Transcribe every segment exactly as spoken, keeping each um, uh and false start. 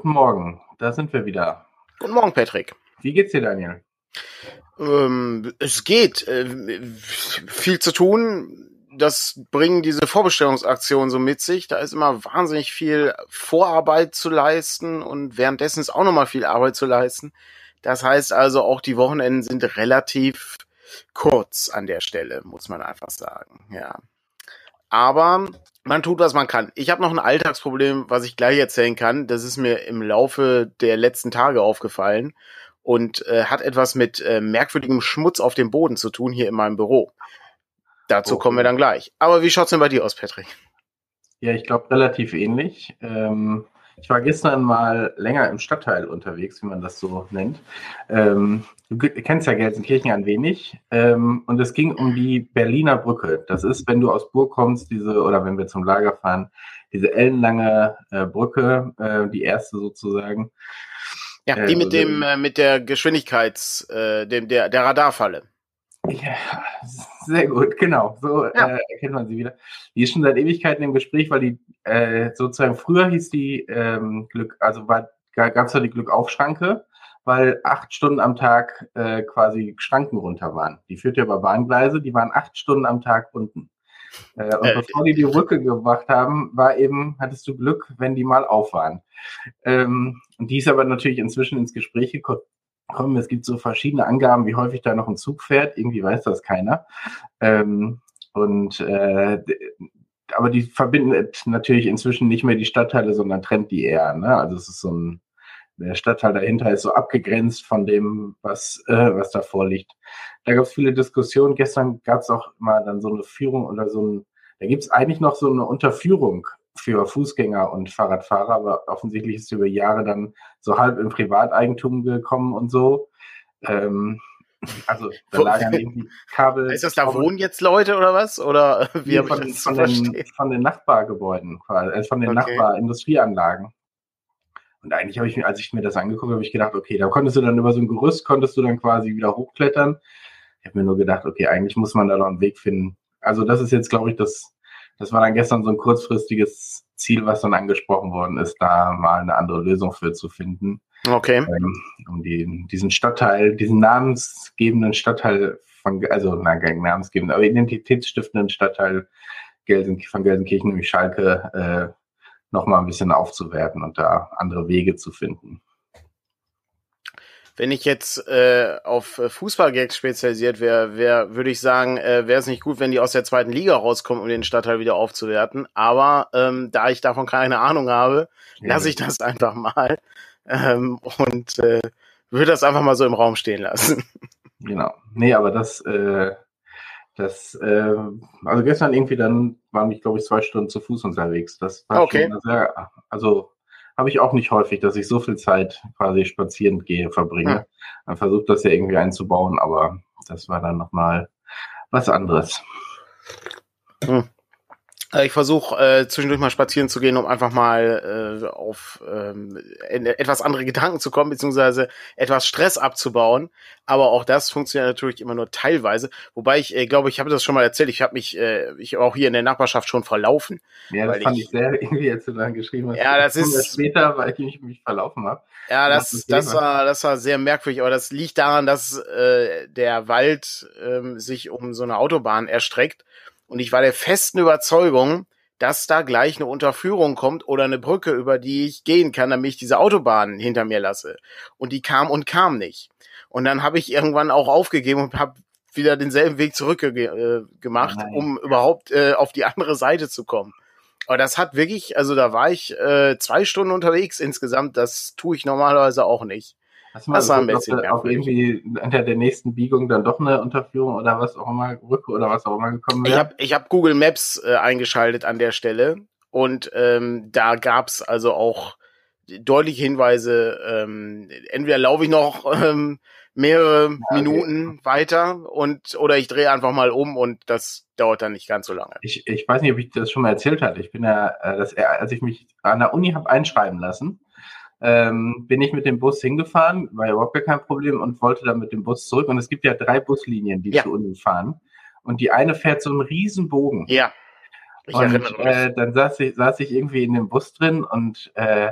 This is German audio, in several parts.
guten Morgen. Da sind wir wieder. Guten Morgen, Patrick. Wie geht's dir, Daniel? Ähm, es geht. Äh, viel zu tun. Das bringen diese Vorbestellungsaktionen so mit sich. Da ist immer wahnsinnig viel Vorarbeit zu leisten und währenddessen ist auch nochmal viel Arbeit zu leisten. Das heißt also, auch die Wochenenden sind relativ kurz an der Stelle, muss man einfach sagen. Ja. Aber man tut, was man kann. Ich habe noch ein Alltagsproblem, was ich gleich erzählen kann. Das ist mir im Laufe der letzten Tage aufgefallen und äh, hat etwas mit äh, merkwürdigem Schmutz auf dem Boden zu tun hier in meinem Büro. Dazu Okay. kommen wir dann gleich. Aber wie schaut's denn bei dir aus, Patrick? Ja, ich glaube relativ ähnlich. Ähm, ich war gestern mal länger im Stadtteil unterwegs, wie man das so nennt. Ähm, du kennst ja Gelsenkirchen ein wenig. Ähm, und es ging um die Berliner Brücke. Das ist, wenn du aus Burg kommst, diese, oder wenn wir zum Lager fahren, diese ellenlange äh, Brücke, äh, die erste sozusagen. Ja, die mit dem äh, mit der Geschwindigkeits, äh, dem der der Radarfalle. Ja, sehr gut, genau. So Ja. äh, erkennt man sie wieder. Die ist schon seit Ewigkeiten im Gespräch, weil die äh, sozusagen früher hieß die ähm, Glück, also war, gab es ja die Glückaufschranke, weil acht Stunden am Tag äh, quasi Schranken runter waren. Die führte über Bahngleise, die waren acht Stunden am Tag unten. Äh, und äh, bevor die die Brücke gemacht haben, war eben, hattest du Glück, wenn die mal auf waren. Ähm, und die ist aber natürlich inzwischen ins Gespräch gekommen. Kommen. Es gibt so verschiedene Angaben, wie häufig da noch ein Zug fährt. Irgendwie weiß das keiner. Ähm, und äh, aber die verbindet natürlich inzwischen nicht mehr die Stadtteile, sondern trennt die eher. Ne? Also es ist so ein, der Stadtteil dahinter ist so abgegrenzt von dem, was äh, was davor liegt. Da gab es viele Diskussionen. Gestern gab es auch mal dann so eine Führung oder so ein, da gibt es eigentlich noch so eine Unterführung für Fußgänger und Fahrradfahrer, aber offensichtlich ist über Jahre dann so halb in Privateigentum gekommen und so. Ähm, also da lagern irgendwie Kabel. Ist das, da wohnen jetzt Leute oder was? Oder wie habe von, ich das von, zu verstehen? den, von den Nachbargebäuden, quasi, also von den Okay. Nachbarindustrieanlagen. Und eigentlich habe ich mir, als ich mir das angeguckt habe, habe ich gedacht, okay, da konntest du dann über so ein Gerüst, konntest du dann quasi wieder hochklettern. Ich habe mir nur gedacht, okay, eigentlich muss man da noch einen Weg finden. Also das ist jetzt, glaube ich, das, das war dann gestern so ein kurzfristiges Ziel, was dann angesprochen worden ist, da mal eine andere Lösung für zu finden. Okay. Ähm, um die, diesen Stadtteil, diesen namensgebenden Stadtteil von, also nein, kein namensgebenden, aber identitätsstiftenden Stadtteil Gelsen, von Gelsenkirchen, nämlich Schalke, äh, noch mal ein bisschen aufzuwerten und da andere Wege zu finden. Wenn ich jetzt äh, auf Fußballgags spezialisiert wäre, wär, würde ich sagen, äh, wäre es nicht gut, wenn die aus der zweiten Liga rauskommen, um den Stadtteil wieder aufzuwerten. Aber ähm, da ich davon keine Ahnung habe, ja, lasse ich das einfach mal ähm, und äh, würde das einfach mal so im Raum stehen lassen. Genau. Nee, aber das, äh, das, äh, also gestern irgendwie dann waren ich, glaube ich, zwei Stunden zu Fuß unterwegs. Das war okay. schon sehr, also habe ich auch nicht häufig, dass ich so viel Zeit quasi spazieren gehe, verbringe. Hm. Man versucht das ja irgendwie einzubauen, aber das war dann nochmal was anderes. Hm. Ich versuche äh, zwischendurch mal spazieren zu gehen, um einfach mal äh, auf ähm, etwas andere Gedanken zu kommen, beziehungsweise etwas Stress abzubauen. Aber auch das funktioniert natürlich immer nur teilweise. Wobei ich äh, glaube, ich habe das schon mal erzählt, ich habe mich äh, ich auch hier in der Nachbarschaft schon verlaufen. Ja, das fand ich, ich sehr irgendwie, als du dann geschrieben hast. Ja, das ist später, weil ich mich, mich verlaufen habe. Ja, das, das, das war, das war sehr merkwürdig, aber das liegt daran, dass äh, der Wald ähm, sich um so eine Autobahn erstreckt. Und ich war der festen Überzeugung, dass da gleich eine Unterführung kommt oder eine Brücke, über die ich gehen kann, damit ich diese Autobahn hinter mir lasse. Und die kam und kam nicht. Und dann habe ich irgendwann auch aufgegeben und habe wieder denselben Weg zurückgemacht, äh, um überhaupt äh, auf die andere Seite zu kommen. Aber das hat wirklich, also da war ich äh, zwei Stunden unterwegs insgesamt. Das tue ich normalerweise auch nicht. Hast du mal das war ein bisschen auf irgendwie hinter der nächsten Biegung dann doch eine Unterführung oder was auch immer, Brücke oder was auch immer gekommen wäre? Ich habe ich hab Google Maps äh, eingeschaltet an der Stelle und ähm, da gab's also auch deutliche Hinweise, ähm, entweder laufe ich noch ähm, mehrere ja, Minuten okay. weiter und oder ich drehe einfach mal um und das dauert dann nicht ganz so lange. Ich, ich weiß nicht, ob ich das schon mal erzählt hatte. Ich bin ja, das, als ich mich an der Uni habe einschreiben lassen, ähm, bin ich mit dem Bus hingefahren, war ja überhaupt kein Problem und wollte dann mit dem Bus zurück. Und es gibt ja drei Buslinien, die ja. zur Uni fahren. Und die eine fährt so einen riesen Bogen. Ja. Ich und äh, dann saß ich, saß ich irgendwie in dem Bus drin und äh,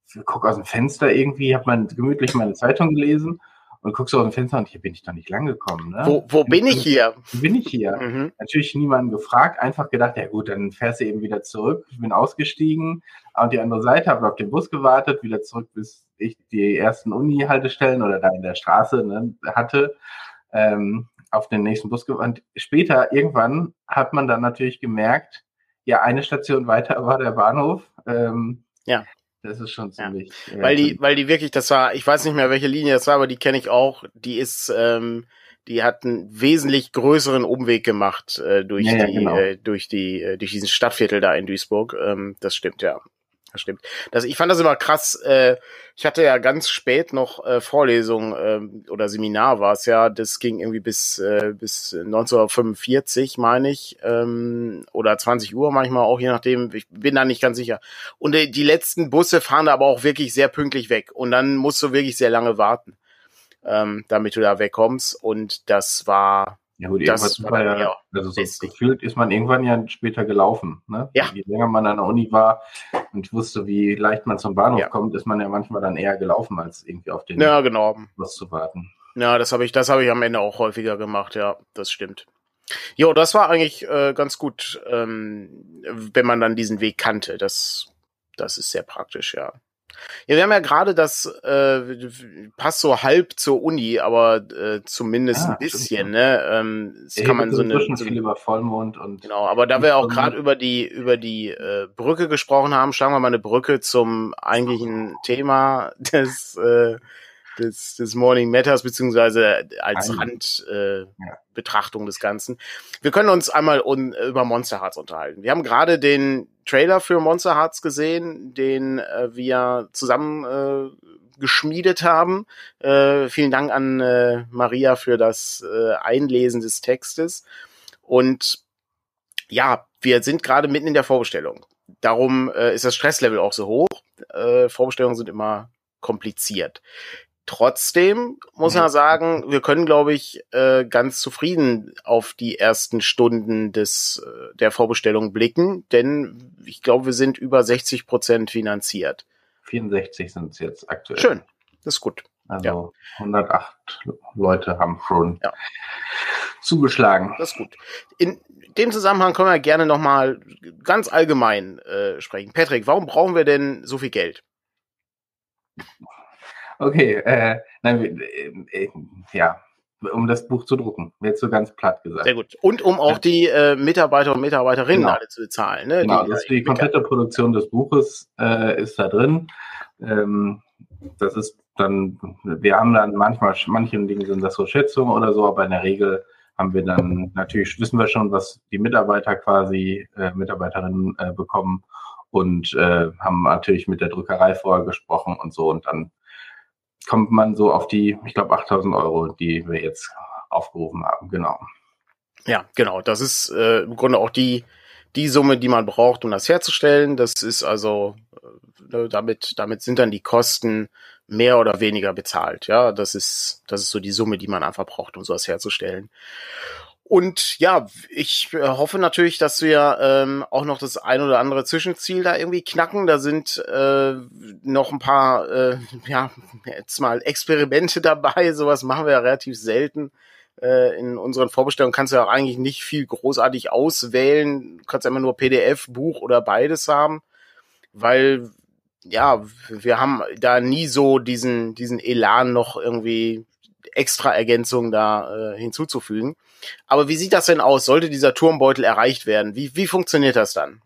guck aus dem Fenster irgendwie, habe man gemütlich meine Zeitung gelesen und guck so aus dem Fenster und hier bin ich doch nicht lang gekommen. Ne? Wo, wo bin ich hier? Wo bin ich hier? Mhm. Natürlich niemanden gefragt, einfach gedacht, ja gut, dann fährst du eben wieder zurück. Ich bin ausgestiegen, auf die andere Seite, habe auf den Bus gewartet, wieder zurück, bis ich die ersten Uni-Haltestellen oder da in der Straße ne, hatte, ähm, auf den nächsten Bus gewartet. Später, irgendwann, hat man dann natürlich gemerkt, ja, eine Station weiter war der Bahnhof. Ähm, ja. Das ist schon ziemlich. Ja. Weil die, weil die wirklich, das war, ich weiß nicht mehr, welche Linie das war, aber die kenne ich auch. Die ist, ähm, die hat einen wesentlich größeren Umweg gemacht äh, durch ja, ja, die, genau. äh, durch die, äh, durch diesen Stadtviertel da in Duisburg. Ähm, das stimmt, ja. Das stimmt. Das, ich fand das immer krass. Äh, ich hatte ja ganz spät noch äh, Vorlesung äh, oder Seminar war es ja. Das ging irgendwie bis äh, bis neunzehnhundertfünfundvierzig, meine ich, ähm, oder zwanzig Uhr manchmal auch, je nachdem. Ich bin da nicht ganz sicher. Und äh, die letzten Busse fahren da aber auch wirklich sehr pünktlich weg. Und dann musst du wirklich sehr lange warten, ähm, damit du da wegkommst. Und das war Ja gut, das irgendwas war ja, ja also so lästig. gefühlt ist man irgendwann ja später gelaufen. Ne? Ja. Je länger man an der Uni war und wusste, wie leicht man zum Bahnhof Ja. kommt, ist man ja manchmal dann eher gelaufen, als irgendwie auf den Ja, genau. Bus zu warten. Ja, das habe ich, das habe ich am Ende auch häufiger gemacht, ja, das stimmt. Jo, das war eigentlich äh, ganz gut, ähm, wenn man dann diesen Weg kannte. Das, das ist sehr praktisch, ja. Ja, wir haben ja gerade das, äh, passt so halb zur Uni, aber äh, zumindest Ah, ein bisschen, stimmt. ne? Ähm, das Ich kann man so eine, schon so viel über Vollmond und genau, aber da wir auch gerade über die über die äh, Brücke gesprochen haben, schlagen wir mal eine Brücke zum eigentlichen Thema des äh, des, des Morning Matters, beziehungsweise als Randbetrachtung äh, ja. Betrachtung des Ganzen. Wir können uns einmal un, über Monster Hearts unterhalten. Wir haben gerade den Trailer für Monster Hearts gesehen, den äh, wir zusammen äh, geschmiedet haben. Äh, vielen Dank an äh, Maria für das äh, Einlesen des Textes. Und ja, wir sind gerade mitten in der Vorbestellung. Darum äh, ist das Stresslevel auch so hoch. Äh, Vorbestellungen sind immer kompliziert. Trotzdem muss man sagen, wir können, glaube ich, äh, ganz zufrieden auf die ersten Stunden des äh, der Vorbestellung blicken, denn ich glaube, wir sind über sechzig Prozent finanziert. vierundsechzig sind es jetzt aktuell. Schön, das ist gut. Also ja. hundertacht Leute haben schon ja. zugeschlagen. Das ist gut. In dem Zusammenhang können wir gerne nochmal ganz allgemein äh, sprechen. Patrick, warum brauchen wir denn so viel Geld? Okay, äh, nein, äh, äh, ja, um das Buch zu drucken, jetzt so ganz platt gesagt. Sehr gut. Und um auch die äh, Mitarbeiter und Mitarbeiterinnen genau. alle zu bezahlen. Ne? Genau, die, das ist die komplette Produktion des Buches äh, ist da drin. Ähm, das ist dann, wir haben dann manchmal, manchen Dingen sind das so Schätzungen oder so, aber in der Regel haben wir dann, natürlich wissen wir schon, was die Mitarbeiter quasi, äh, Mitarbeiterinnen äh, bekommen und äh, haben natürlich mit der Druckerei vorher gesprochen und so und dann kommt man so auf die, ich glaube, achttausend Euro, die wir jetzt aufgerufen haben, genau. Ja, genau. Das ist äh, im Grunde auch die, die Summe, die man braucht, um das herzustellen. Das ist also, äh, damit, damit sind dann die Kosten mehr oder weniger bezahlt. Ja, das ist, das ist so die Summe, die man einfach braucht, um sowas herzustellen. Und ja, ich hoffe natürlich, dass wir ähm, auch noch das ein oder andere Zwischenziel da irgendwie knacken. Da sind äh, noch ein paar, äh, ja, jetzt mal Experimente dabei. Sowas machen wir ja relativ selten. Äh, in unseren Vorbestellungen kannst du ja auch eigentlich nicht viel großartig auswählen. Du kannst ja immer nur P D F, Buch oder beides haben. Weil, ja, wir haben da nie so diesen, diesen Elan noch irgendwie extra Ergänzungen da äh, hinzuzufügen. Aber wie sieht das denn aus? Sollte dieser Turmbeutel erreicht werden? Wie, wie funktioniert das dann?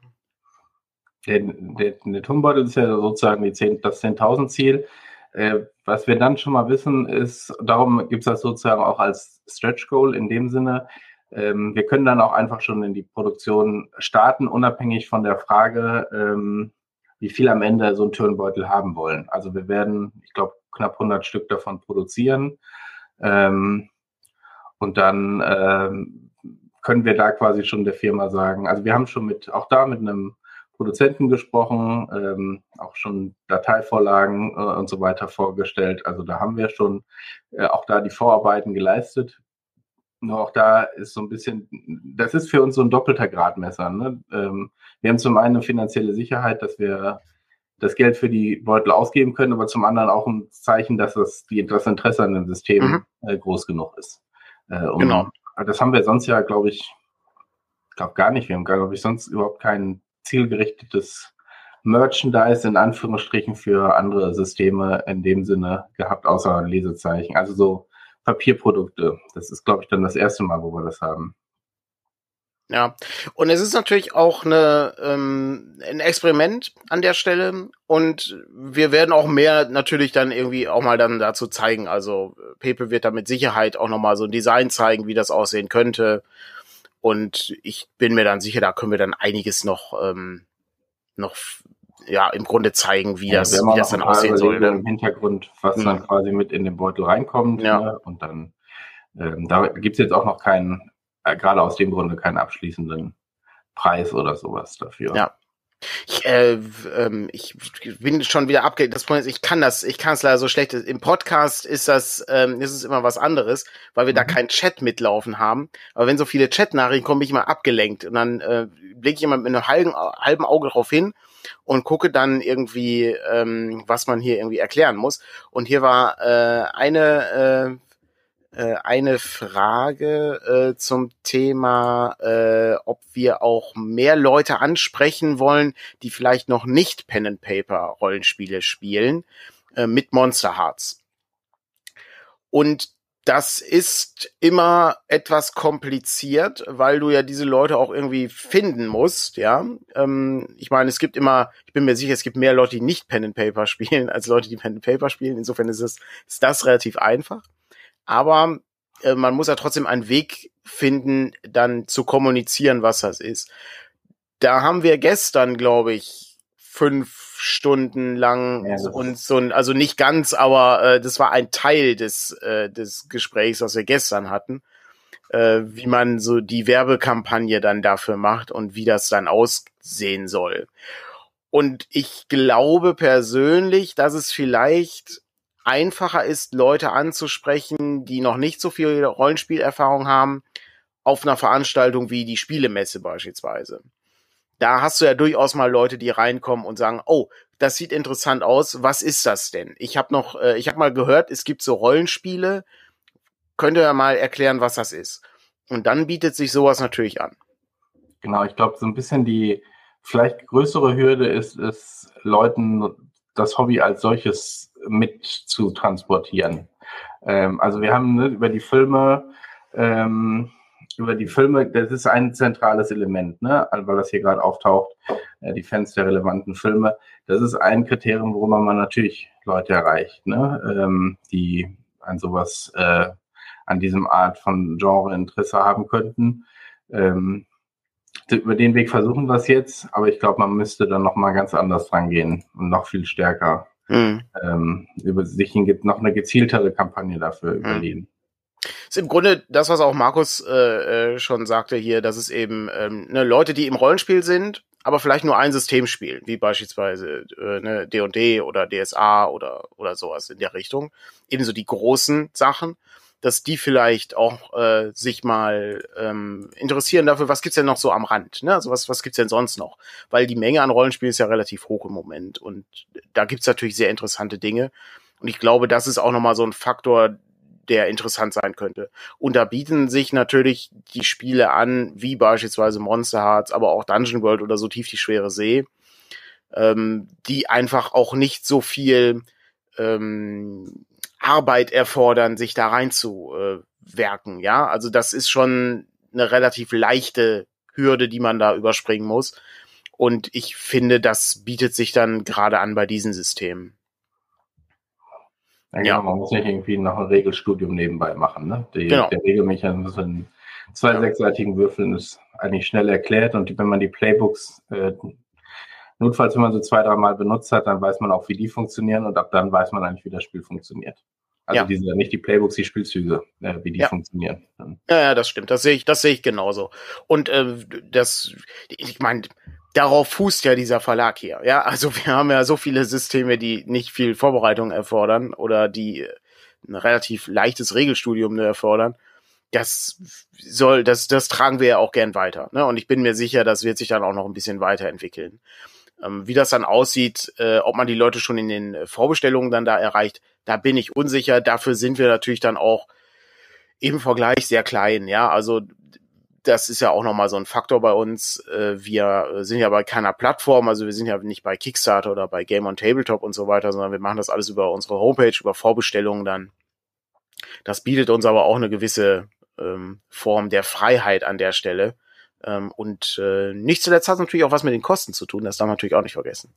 Der, der, der Turmbeutel ist ja sozusagen die zehn, das zehntausend Ziel. Äh, was wir dann schon mal wissen, ist, darum gibt es das sozusagen auch als Stretch Goal in dem Sinne, ähm, wir können dann auch einfach schon in die Produktion starten, unabhängig von der Frage, ähm, wie viel am Ende so ein Turnbeutel haben wollen. Also wir werden, ich glaube, knapp hundert Stück davon produzieren. Ähm, und dann ähm, können wir da quasi schon der Firma sagen, also wir haben schon mit, auch da mit einem Produzenten gesprochen, ähm, auch schon Dateivorlagen äh, und so weiter vorgestellt. Also da haben wir schon äh, auch da die Vorarbeiten geleistet. Nur auch da ist so ein bisschen, das ist für uns so ein doppelter Gradmesser. Ne? Ähm, wir haben zum einen eine finanzielle Sicherheit, dass wir das Geld für die Beutel ausgeben können, aber zum anderen auch ein Zeichen, dass das, die, das Interesse an dem System Mhm. äh, groß genug ist. Äh, um, Genau. Das haben wir sonst ja, glaube ich, glaube gar nicht. Wir haben, glaube ich, sonst überhaupt kein zielgerichtetes Merchandise in Anführungsstrichen für andere Systeme in dem Sinne gehabt, außer Lesezeichen. Also so Papierprodukte. Das ist, glaube ich, dann das erste Mal, wo wir das haben. Ja, und es ist natürlich auch eine, ähm, ein Experiment an der Stelle und wir werden auch mehr natürlich dann irgendwie auch mal dann dazu zeigen. Also Pepe wird da mit Sicherheit auch nochmal so ein Design zeigen, wie das aussehen könnte und ich bin mir dann sicher, da können wir dann einiges noch, ähm, noch ja im Grunde zeigen, wie Ja, das, wir haben wie auch das noch dann ein paar aussehen soll. Überlegungen Ne? im Hintergrund, was Mhm. dann quasi mit in den Beutel reinkommt. Ja. Ne? Und dann, ähm, da gibt's jetzt auch noch keinen, äh, gerade aus dem Grunde keinen abschließenden Preis oder sowas dafür. Ja. Ich, äh, ähm, ich bin schon wieder abge... Das Problem ist, ich kann das, ich kann es leider so schlecht. Im Podcast ist das, ähm, ist es immer was anderes, weil wir mhm. da keinen Chat mitlaufen haben. Aber wenn so viele Chat-Nachrichten kommen, bin ich immer abgelenkt. Und dann äh, blicke ich immer mit einem halben, halben Auge drauf hin und gucke dann irgendwie, ähm, was man hier irgendwie erklären muss. Und hier war äh, eine... Äh, eine Frage äh, zum Thema, äh, ob wir auch mehr Leute ansprechen wollen, die vielleicht noch nicht Pen and Paper Rollenspiele spielen, äh, mit Monster Hearts. Und das ist immer etwas kompliziert, weil du ja diese Leute auch irgendwie finden musst, ja. Ähm, ich meine, es gibt immer, ich bin mir sicher, es gibt mehr Leute, die nicht Pen and Paper spielen, als Leute, die Pen and Paper spielen. Insofern ist es, ist das relativ einfach. Aber äh, man muss ja trotzdem einen Weg finden, dann zu kommunizieren, was das ist. Da haben wir gestern, glaube ich, fünf Stunden lang ja, uns so ein, also nicht ganz, aber äh, das war ein Teil des äh, des Gesprächs, was wir gestern hatten, äh, wie man so die Werbekampagne dann dafür macht und wie das dann aussehen soll. Und ich glaube persönlich, dass es vielleicht einfacher ist, Leute anzusprechen, die noch nicht so viel Rollenspielerfahrung haben, auf einer Veranstaltung wie die Spielemesse beispielsweise. Da hast du ja durchaus mal Leute, die reinkommen und sagen, oh, das sieht interessant aus, was ist das denn? Ich habe noch, äh, ich habe mal gehört, es gibt so Rollenspiele, könnt ihr ja mal erklären, was das ist? Und dann bietet sich sowas natürlich an. Genau, ich glaube, so ein bisschen die vielleicht größere Hürde ist es, Leuten das Hobby als solches mit zu transportieren. Ähm, also wir haben ne, über die Filme, ähm, über die Filme, das ist ein zentrales Element, ne, weil das hier gerade auftaucht, äh, die Fans der relevanten Filme. Das ist ein Kriterium, worüber man natürlich Leute erreicht, ne, ähm, die an sowas, äh, an diesem Art von Genre Interesse haben könnten. Ähm, über den Weg versuchen wir es jetzt, aber ich glaube, man müsste dann nochmal ganz anders rangehen und noch viel stärker mhm. ähm, über sich hin, noch eine gezieltere Kampagne dafür mhm. überlegen. Das ist im Grunde das, was auch Markus äh, schon sagte hier, dass es eben ähm, ne, Leute, die im Rollenspiel sind, aber vielleicht nur ein System spielen, wie beispielsweise äh, ne, D und D oder D S A oder oder sowas in der Richtung. Ebenso die großen Sachen, dass die vielleicht auch äh, sich mal ähm, interessieren dafür, was gibt's denn noch so am Rand, ne? Also was was gibt's denn sonst noch? Weil die Menge an Rollenspielen ist ja relativ hoch im Moment und da gibt's natürlich sehr interessante Dinge und ich glaube, das ist auch nochmal so ein Faktor, der interessant sein könnte. Und da bieten sich natürlich die Spiele an, wie beispielsweise Monster Hearts, aber auch Dungeon World oder so tief die schwere See, ähm, die einfach auch nicht so viel ähm, Arbeit erfordern, sich da reinzuwerken, äh, ja. Also das ist schon eine relativ leichte Hürde, die man da überspringen muss. Und ich finde, das bietet sich dann gerade an bei diesen Systemen. Ja, genau, ja. Man muss nicht irgendwie noch ein Regelstudium nebenbei machen, ne? Die, genau. Der Regelmechanismus in zwei ja. sechsseitigen Würfeln ist eigentlich schnell erklärt und die, wenn man die Playbooks äh, notfalls, wenn man so zwei, dreimal benutzt hat, dann weiß man auch, wie die funktionieren und ab dann weiß man eigentlich, wie das Spiel funktioniert. Also ja. diese, nicht die Playbooks, die Spielzüge, äh, wie die ja. funktionieren. Ja, ja, das stimmt. Das sehe ich, das sehe ich genauso. Und äh, das, ich meine, darauf fußt ja dieser Verlag hier. Ja, also wir haben ja so viele Systeme, die nicht viel Vorbereitung erfordern oder die ein relativ leichtes Regelstudium erfordern. Das soll, das, das tragen wir ja auch gern weiter. Ne? Und ich bin mir sicher, das wird sich dann auch noch ein bisschen weiterentwickeln. Ähm, wie das dann aussieht, äh, ob man die Leute schon in den Vorbestellungen dann da erreicht, da bin ich unsicher. Dafür sind wir natürlich dann auch im Vergleich sehr klein, ja, also das ist ja auch nochmal so ein Faktor bei uns. Wir sind ja bei keiner Plattform, also wir sind ja nicht bei Kickstarter oder bei Game on Tabletop und so weiter, sondern wir machen das alles über unsere Homepage, über Vorbestellungen dann. Das bietet uns aber auch eine gewisse ähm, Form der Freiheit an der Stelle. Ähm, und äh, nicht zuletzt hat es natürlich auch was mit den Kosten zu tun, das darf man natürlich auch nicht vergessen.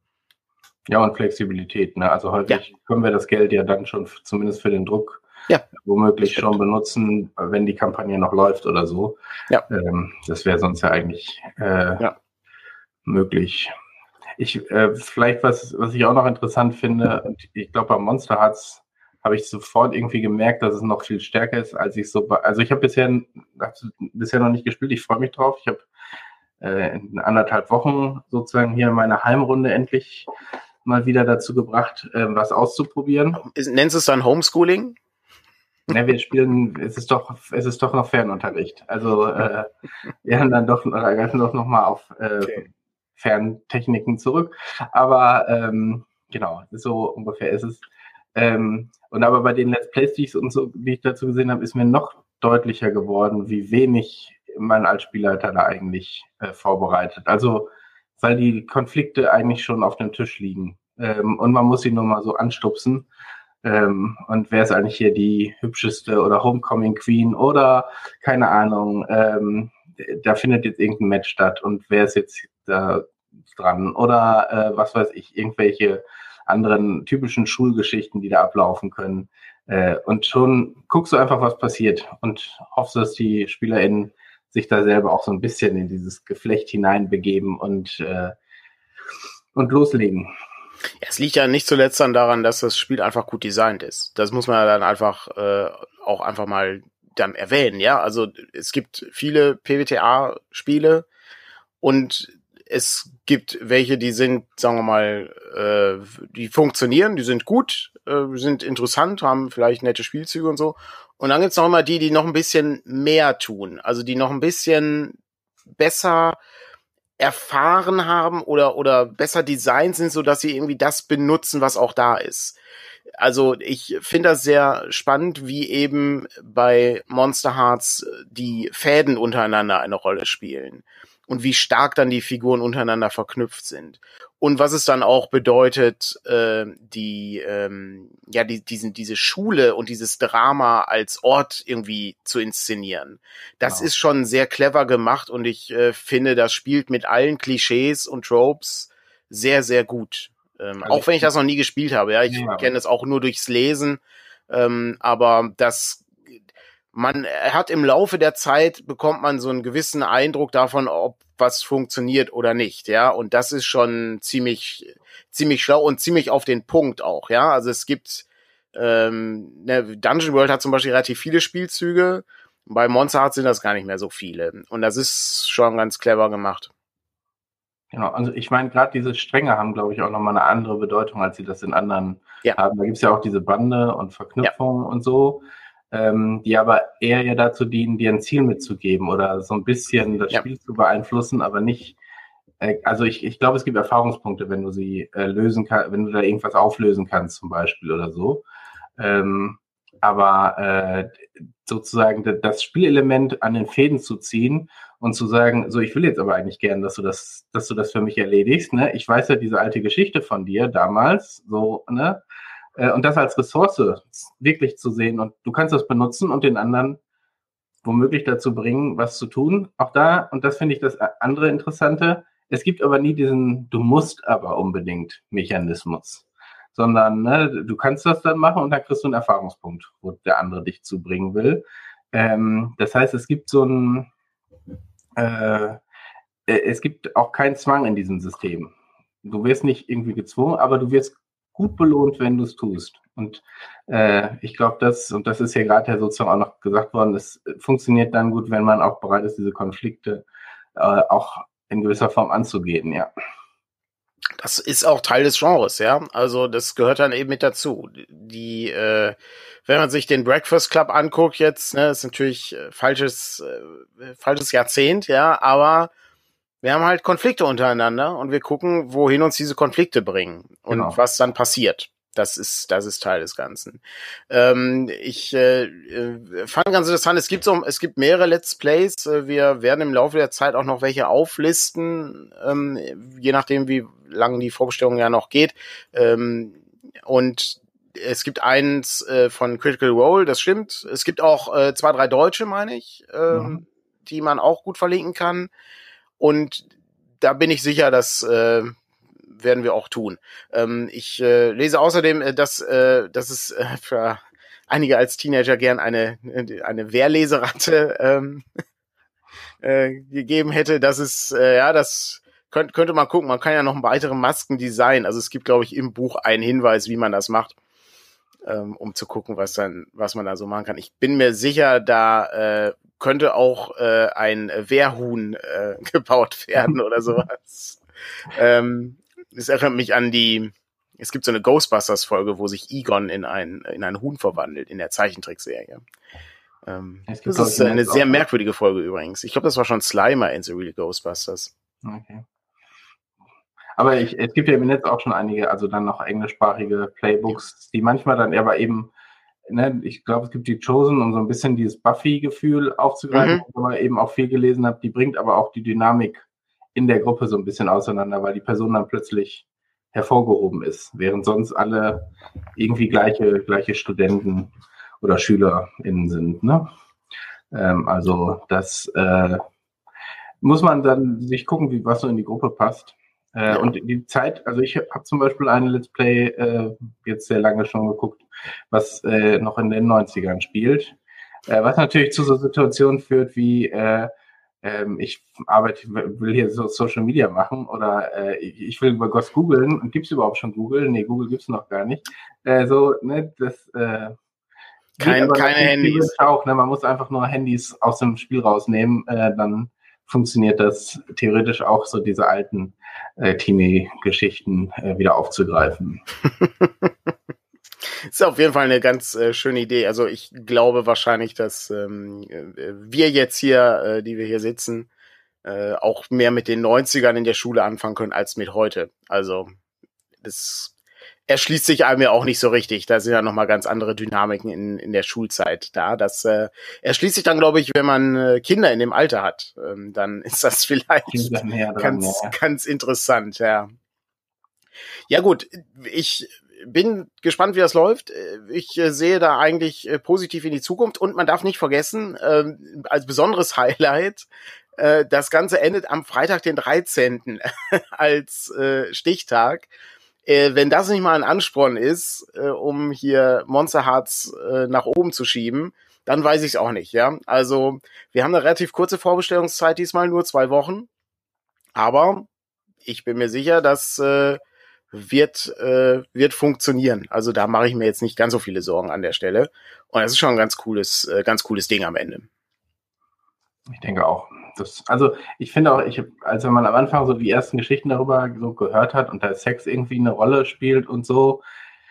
Ja, und Flexibilität, ne? Also häufig ja. können wir das Geld ja dann schon f- zumindest für den Druck ja, womöglich schon benutzen, wenn die Kampagne noch läuft oder so. Ja. Ähm, das wäre sonst ja eigentlich äh, ja. möglich. Ich äh, vielleicht was, was ich auch noch interessant finde, und ich glaube bei Monster Hearts habe ich sofort irgendwie gemerkt, dass es noch viel stärker ist, als ich so. Bei, also ich habe bisher hab bisher noch nicht gespielt. Ich freue mich drauf. Ich habe äh, in anderthalb Wochen sozusagen hier meine Heimrunde endlich mal wieder dazu gebracht, äh, was auszuprobieren. Nennst du es dann Homeschooling? Ja, wir spielen, es ist doch, es ist doch noch Fernunterricht. Also äh, wir haben dann doch, greifen doch noch mal auf äh, okay. Ferntechniken zurück. Aber ähm, genau, so ungefähr ist es. Ähm, und aber bei den Let's Plays, die ich, und so, die ich dazu gesehen habe, ist mir noch deutlicher geworden, wie wenig man als Spielleiter da eigentlich äh, vorbereitet. Also weil die Konflikte eigentlich schon auf dem Tisch liegen. Ähm, und man muss sie nur mal so anstupsen. Ähm, und wer ist eigentlich hier die hübscheste oder Homecoming Queen oder keine Ahnung, ähm, da findet jetzt irgendein Match statt und wer ist jetzt da dran oder äh, was weiß ich, irgendwelche anderen typischen Schulgeschichten, die da ablaufen können. Äh, und schon guckst du einfach, was passiert und hoffst, dass die SpielerInnen sich da selber auch so ein bisschen in dieses Geflecht hineinbegeben und, äh, und loslegen. Ja, es liegt ja nicht zuletzt dann daran, dass das Spiel einfach gut designt ist. Das muss man ja dann einfach äh, auch einfach mal dann erwähnen, ja. Also es gibt viele P B T A-Spiele und es gibt welche, die sind, sagen wir mal, äh, die funktionieren, die sind gut, äh, sind interessant, haben vielleicht nette Spielzüge und so. Und dann gibt's noch immer die, die noch ein bisschen mehr tun, also die noch ein bisschen besser erfahren haben oder oder besser designt sind, so dass sie irgendwie das benutzen, was auch da ist. Also ich finde das sehr spannend, wie eben bei Monster Hearts die Fäden untereinander eine Rolle spielen und wie stark dann die Figuren untereinander verknüpft sind. Und was es dann auch bedeutet, äh, die ähm, ja die, diesen diese Schule und dieses Drama als Ort irgendwie zu inszenieren. Das genau. ist schon sehr clever gemacht und ich äh, finde, das spielt mit allen Klischees und Tropes sehr, sehr gut. Ähm, also auch wenn ich das noch nie gespielt habe. Ja, ich ja. kenne es auch nur durchs Lesen. Ähm, aber das man hat im Laufe der Zeit bekommt man so einen gewissen Eindruck davon, ob was funktioniert oder nicht, ja, und das ist schon ziemlich ziemlich schlau und ziemlich auf den Punkt auch, ja, also es gibt ähm, ne, Dungeon World hat zum Beispiel relativ viele Spielzüge, bei Monster Hearts sind das gar nicht mehr so viele und das ist schon ganz clever gemacht. Genau, also ich meine, gerade diese Stränge haben, glaube ich, auch nochmal eine andere Bedeutung, als sie das in anderen ja. haben. Da gibt es ja auch diese Bande und Verknüpfungen ja. und so. Ähm, die aber eher ja dazu dienen, dir ein Ziel mitzugeben oder so ein bisschen das ja. Spiel zu beeinflussen, aber nicht, äh, also ich, ich glaube, es gibt Erfahrungspunkte, wenn du sie äh, lösen kannst, wenn du da irgendwas auflösen kannst zum Beispiel oder so. Ähm, aber äh, sozusagen das Spielelement an den Fäden zu ziehen und zu sagen, so, ich will jetzt aber eigentlich gern, dass du das, dass du das für mich erledigst, ne? Ich weiß ja diese alte Geschichte von dir damals, so, ne? Und das als Ressource wirklich zu sehen und du kannst das benutzen und den anderen womöglich dazu bringen, was zu tun. Auch da, und das finde ich das andere Interessante, es gibt aber nie diesen du musst aber unbedingt Mechanismus, sondern ne, du kannst das dann machen und dann kriegst du einen Erfahrungspunkt, wo der andere dich zubringen will. Ähm, das heißt, es gibt so ein äh, es gibt auch keinen Zwang in diesem System. Du wirst nicht irgendwie gezwungen, aber du wirst gut belohnt, wenn du es tust. Und äh, ich glaube, das, und das ist ja gerade ja sozusagen auch noch gesagt worden, es funktioniert dann gut, wenn man auch bereit ist, diese Konflikte äh, auch in gewisser Form anzugehen, ja. Das ist auch Teil des Genres, ja. Also das gehört dann eben mit dazu. Die, äh, wenn man sich den Breakfast Club anguckt jetzt, ne, ist natürlich äh, falsches, äh, falsches Jahrzehnt, ja, aber Wir haben halt Konflikte untereinander und wir gucken, wohin uns diese Konflikte bringen und Genau. was dann passiert. Das ist, das ist Teil des Ganzen. Ähm, ich äh, fand ganz interessant, es gibt so, es gibt mehrere Let's Plays. Wir werden im Laufe der Zeit auch noch welche auflisten, ähm, je nachdem, wie lange die Vorbestellung ja noch geht. Ähm, und es gibt eins äh, von Critical Role, das stimmt. Es gibt auch äh, zwei, drei deutsche, meine ich, ähm, Mhm. die man auch gut verlinken kann. Und da bin ich sicher, dass äh, werden wir auch tun. Ähm, ich äh, lese außerdem, äh, dass, äh, dass es äh, für einige als Teenager gern eine, eine Wehrleseratte ähm, äh, gegeben hätte. Das ist, äh, ja, das könnt, könnte man gucken. Man kann ja noch weitere Masken designen. Also es gibt, glaube ich, im Buch einen Hinweis, wie man das macht, ähm, um zu gucken, was dann, was man da so machen kann. Ich bin mir sicher, da äh, könnte auch äh, ein Wehrhuhn äh, gebaut werden oder sowas. ähm, Das erinnert mich an die, es gibt so eine Ghostbusters-Folge, wo sich Egon in ein, in ein Huhn verwandelt, in der Zeichentrickserie. Ähm, Es gibt, das glaub ist ich, eine jetzt sehr auch- merkwürdige Folge übrigens. Ich glaube, das war schon Slimer in The Real Ghostbusters. Okay. Aber ich, es gibt ja im Netz auch schon einige, also dann noch englischsprachige Playbooks, die manchmal dann aber eben, ne, ich glaube, es gibt die Chosen, um so ein bisschen dieses Buffy-Gefühl aufzugreifen, Mhm. wo man eben auch viel gelesen habe, die bringt aber auch die Dynamik in der Gruppe so ein bisschen auseinander, weil die Person dann plötzlich hervorgehoben ist, während sonst alle irgendwie gleiche, gleiche Studenten oder SchülerInnen sind, ne? Ähm, also das äh, muss man dann sich gucken, wie was so in die Gruppe passt. Äh, Ja. und die Zeit, also ich habe zum Beispiel eine Let's Play äh, jetzt sehr lange schon geguckt, was äh, noch in den neunzigern spielt. Äh, was natürlich zu so Situationen führt wie äh, ähm, ich arbeite, will hier so Social Media machen oder äh, ich will über was googeln und gibt's überhaupt schon Google? Nee, Google gibt's noch gar nicht. Äh, so, ne, das äh, geht Kein, aber keine natürlich Handys. theoretisch auch. Ne? Man muss einfach nur Handys aus dem Spiel rausnehmen, äh, dann funktioniert das theoretisch auch, so diese alten äh, Teenie-Geschichten äh, wieder aufzugreifen. Ist auf jeden Fall eine ganz äh, schöne Idee. Also ich glaube wahrscheinlich, dass ähm, äh, wir jetzt hier, äh, die wir hier sitzen, äh, auch mehr mit den neunzigern in der Schule anfangen können als mit heute. Also das erschließt sich einem ja auch nicht so richtig. Da sind ja nochmal ganz andere Dynamiken in, in der Schulzeit da. Das äh, erschließt sich dann, glaube ich, wenn man äh, Kinder in dem Alter hat. Ähm, dann ist das vielleicht Klingt dann näher dran, ganz, ja. ganz interessant, ja. Ja gut, ich bin gespannt, wie das läuft. Ich äh, sehe da eigentlich äh, positiv in die Zukunft und man darf nicht vergessen, äh, als besonderes Highlight, äh, das Ganze endet am Freitag, den dreizehnten als äh, Stichtag. Äh, wenn das nicht mal ein Ansporn ist, äh, um hier Monster Hearts äh, nach oben zu schieben, dann weiß ich es auch nicht, ja. Also, wir haben eine relativ kurze Vorbestellungszeit diesmal, nur zwei Wochen. Aber ich bin mir sicher, dass äh, wird, äh, wird funktionieren. Also da mache ich mir jetzt nicht ganz so viele Sorgen an der Stelle. Und das ist schon ein ganz cooles, äh, ganz cooles Ding am Ende. Ich denke auch. Das, also ich finde auch, ich, als wenn man am Anfang so die ersten Geschichten darüber so gehört hat und da Sex irgendwie eine Rolle spielt und so,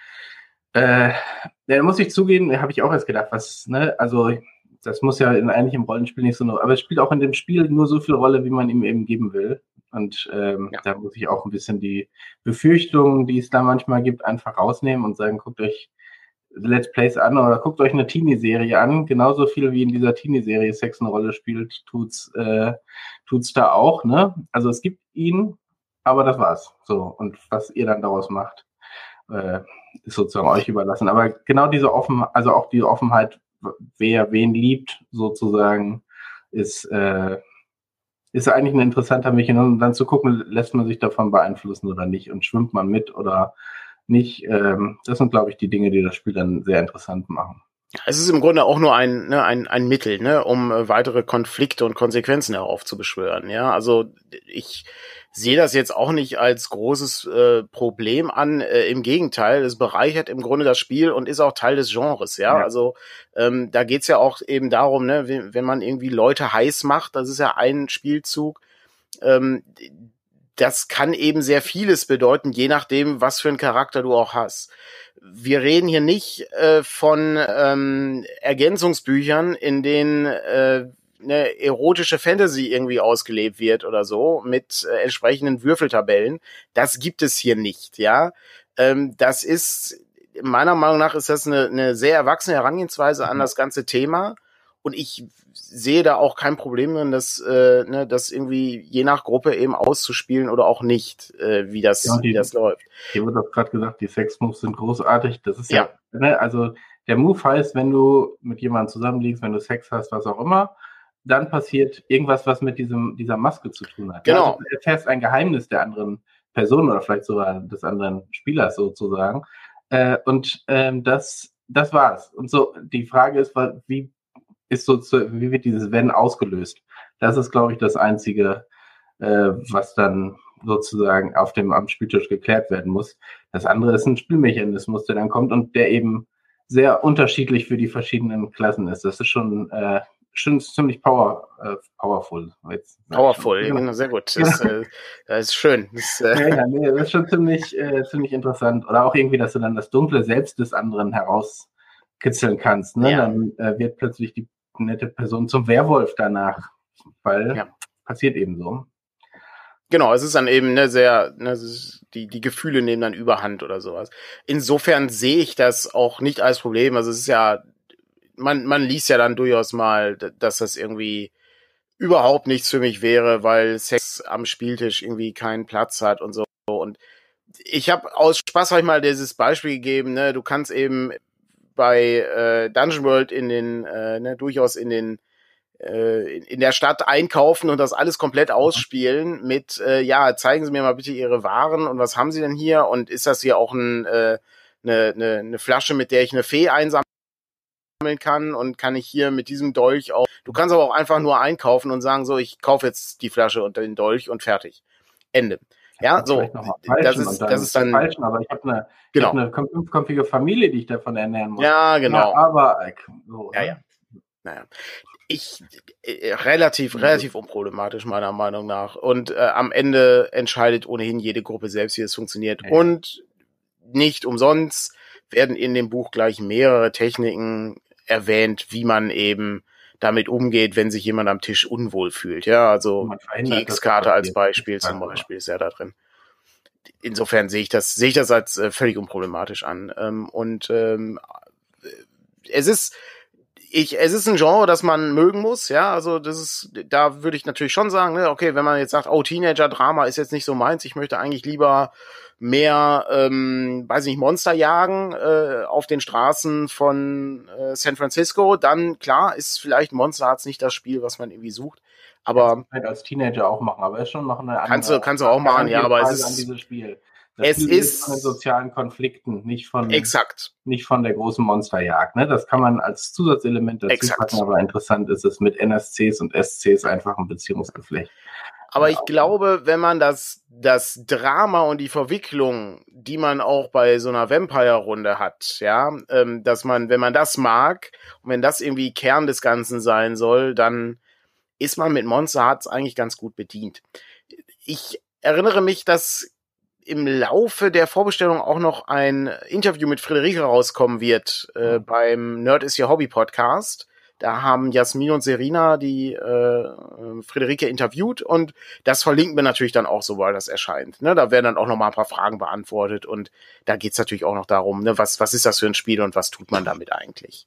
äh, da muss ich zugeben, habe ich auch erst gedacht, was, ne, also das muss ja in, eigentlich im Rollenspiel nicht so nur, aber es spielt auch in dem Spiel nur so viel Rolle, wie man ihm eben geben will. Und ähm, Ja. da muss ich auch ein bisschen die Befürchtungen, die es da manchmal gibt, einfach rausnehmen und sagen, guckt euch Let's Plays an oder guckt euch eine Teenie-Serie an. Genauso viel wie in dieser Teenie-Serie Sex eine Rolle spielt, tut's, äh, tut's da auch, ne? Also es gibt ihn, aber das war's. So. Und was ihr dann daraus macht, äh, ist sozusagen euch überlassen. Aber genau diese Offen, also auch die Offenheit, wer wen liebt, sozusagen, ist, äh, ist eigentlich ein interessanter Mechanismus, um dann zu gucken, lässt man sich davon beeinflussen oder nicht und schwimmt man mit oder nicht. Ähm, das sind, glaube ich, die Dinge, die das Spiel dann sehr interessant machen. Es ist im Grunde auch nur ein, ne, ein, ein Mittel, ne, um äh, weitere Konflikte und Konsequenzen heraufzubeschwören. Ja, also ich sehe das jetzt auch nicht als großes äh, Problem an. Äh, Im Gegenteil, es bereichert im Grunde das Spiel und ist auch Teil des Genres. Ja, Ja. also ähm, da geht's ja auch eben darum, ne, wenn, wenn man irgendwie Leute heiß macht, das ist ja ein Spielzug. Ähm, das kann eben sehr vieles bedeuten, je nachdem, was für einen Charakter du auch hast. Wir reden hier nicht äh, von ähm, Ergänzungsbüchern, in denen äh, eine erotische Fantasy irgendwie ausgelebt wird oder so mit äh, entsprechenden Würfeltabellen. Das gibt es hier nicht, ja. Ähm, das ist, meiner Meinung nach ist das eine, eine sehr erwachsene Herangehensweise an das ganze Thema. Und ich sehe da auch kein Problem drin, das, äh, ne, das irgendwie je nach Gruppe eben auszuspielen oder auch nicht, äh, wie das, Ja, die, wie das läuft. Hier wird auch gerade gesagt, die Sex-Moves sind großartig. Das ist ja, Ja. ne, also der Move heißt, wenn du mit jemandem zusammenliegst, wenn du Sex hast, was auch immer, dann passiert irgendwas, was mit diesem, dieser Maske zu tun hat. Genau. Also du erfährst ein Geheimnis der anderen Person oder vielleicht sogar des anderen Spielers sozusagen. Äh, und ähm, das, das war's. Und so, die Frage ist, wie ist so, wie wird dieses Wenn ausgelöst? Das ist, glaube ich, das Einzige, äh, was dann sozusagen auf dem am Spieltisch geklärt werden muss. Das andere ist ein Spielmechanismus, der dann kommt und der eben sehr unterschiedlich für die verschiedenen Klassen ist. Das ist schon, äh, schon ziemlich power, äh, powerful. Jetzt, powerful, genau, sehr gut. Das, äh, das ist schön. Das, äh ja, ja, nee, das ist schon ziemlich, äh, ziemlich interessant. Oder auch irgendwie, dass du dann das dunkle Selbst des anderen herauskitzeln kannst. Ne? Ja. Dann äh, wird plötzlich die nette Person zum Werwolf danach, weil ja. passiert eben so. Genau, es ist dann eben ne, sehr, ne, die, die Gefühle nehmen dann Überhand oder sowas. Insofern sehe ich das auch nicht als Problem. Also es ist ja, man, man liest ja dann durchaus mal, dass das irgendwie überhaupt nichts für mich wäre, weil Sex am Spieltisch irgendwie keinen Platz hat und so. Und ich habe aus Spaß hab ich mal dieses Beispiel gegeben, ne, du kannst eben bei äh, Dungeon World in den, äh, ne, durchaus in den in der Stadt einkaufen und das alles komplett ausspielen mit, äh, ja, zeigen Sie mir mal bitte Ihre Waren und was haben Sie denn hier und ist das hier auch ein, äh, eine, eine, eine Flasche, mit der ich eine Fee einsammeln kann und kann ich hier mit diesem Dolch auch, du kannst aber auch einfach nur einkaufen und sagen so, ich kaufe jetzt die Flasche und den Dolch und fertig. Ende. Ja, so, das ist, das ist dann, falschen, aber ich habe eine, genau. Ich hab eine fünfköpfige Familie, die ich davon ernähren muss. Ja, genau. Ja, aber, so, ja, ja. Naja. Ich äh, relativ, relativ unproblematisch, meiner Meinung nach. Und äh, am Ende entscheidet ohnehin jede Gruppe selbst, wie es funktioniert. Ja. Und nicht umsonst werden in dem Buch gleich mehrere Techniken erwähnt, wie man eben damit umgeht, wenn sich jemand am Tisch unwohl fühlt. Ja, also die X-Karte als Beispiel zum Beispiel ist ja da drin. Insofern sehe ich das, sehe ich das als äh, völlig unproblematisch an. Ähm, und ähm, es ist Ich, es ist ein Genre, das man mögen muss, ja, also das ist, da würde ich natürlich schon sagen, ne, okay, wenn man jetzt sagt, oh, Teenager-Drama ist jetzt nicht so meins, ich möchte eigentlich lieber mehr, ähm, weiß nicht, Monster jagen äh, auf den Straßen von äh, San Francisco, dann klar ist vielleicht Monster Hearts nicht das Spiel, was man irgendwie sucht, aber kannst du halt als Teenager auch machen, aber ist schon noch eine andere. Kannst du, kannst du auch machen, ja, aber es ist an dieses Spiel. Das es Spiel ist von den sozialen Konflikten, nicht von exakt, nicht von der großen Monsterjagd. Ne? Das kann man als Zusatzelement dazu exakt. packen, aber interessant ist es mit N S Cs und S Cs einfach ein Beziehungsgeflecht. Aber ich glaube, wenn man das, das Drama und die Verwicklung, die man auch bei so einer Vampire-Runde hat, ja, ähm, dass man, wenn man das mag und wenn das irgendwie Kern des Ganzen sein soll, dann ist man mit Monster Hearts eigentlich ganz gut bedient. Ich erinnere mich, dass im Laufe der Vorbestellung auch noch ein Interview mit Friederike rauskommen wird äh, beim Nerd is Your Hobby Podcast. Da haben Jasmin und Serena die äh, Friederike interviewt und das verlinken wir natürlich dann auch, sobald das erscheint. Ne, da werden dann auch noch mal ein paar Fragen beantwortet und da geht's natürlich auch noch darum, ne, was, was ist das für ein Spiel und was tut man damit eigentlich?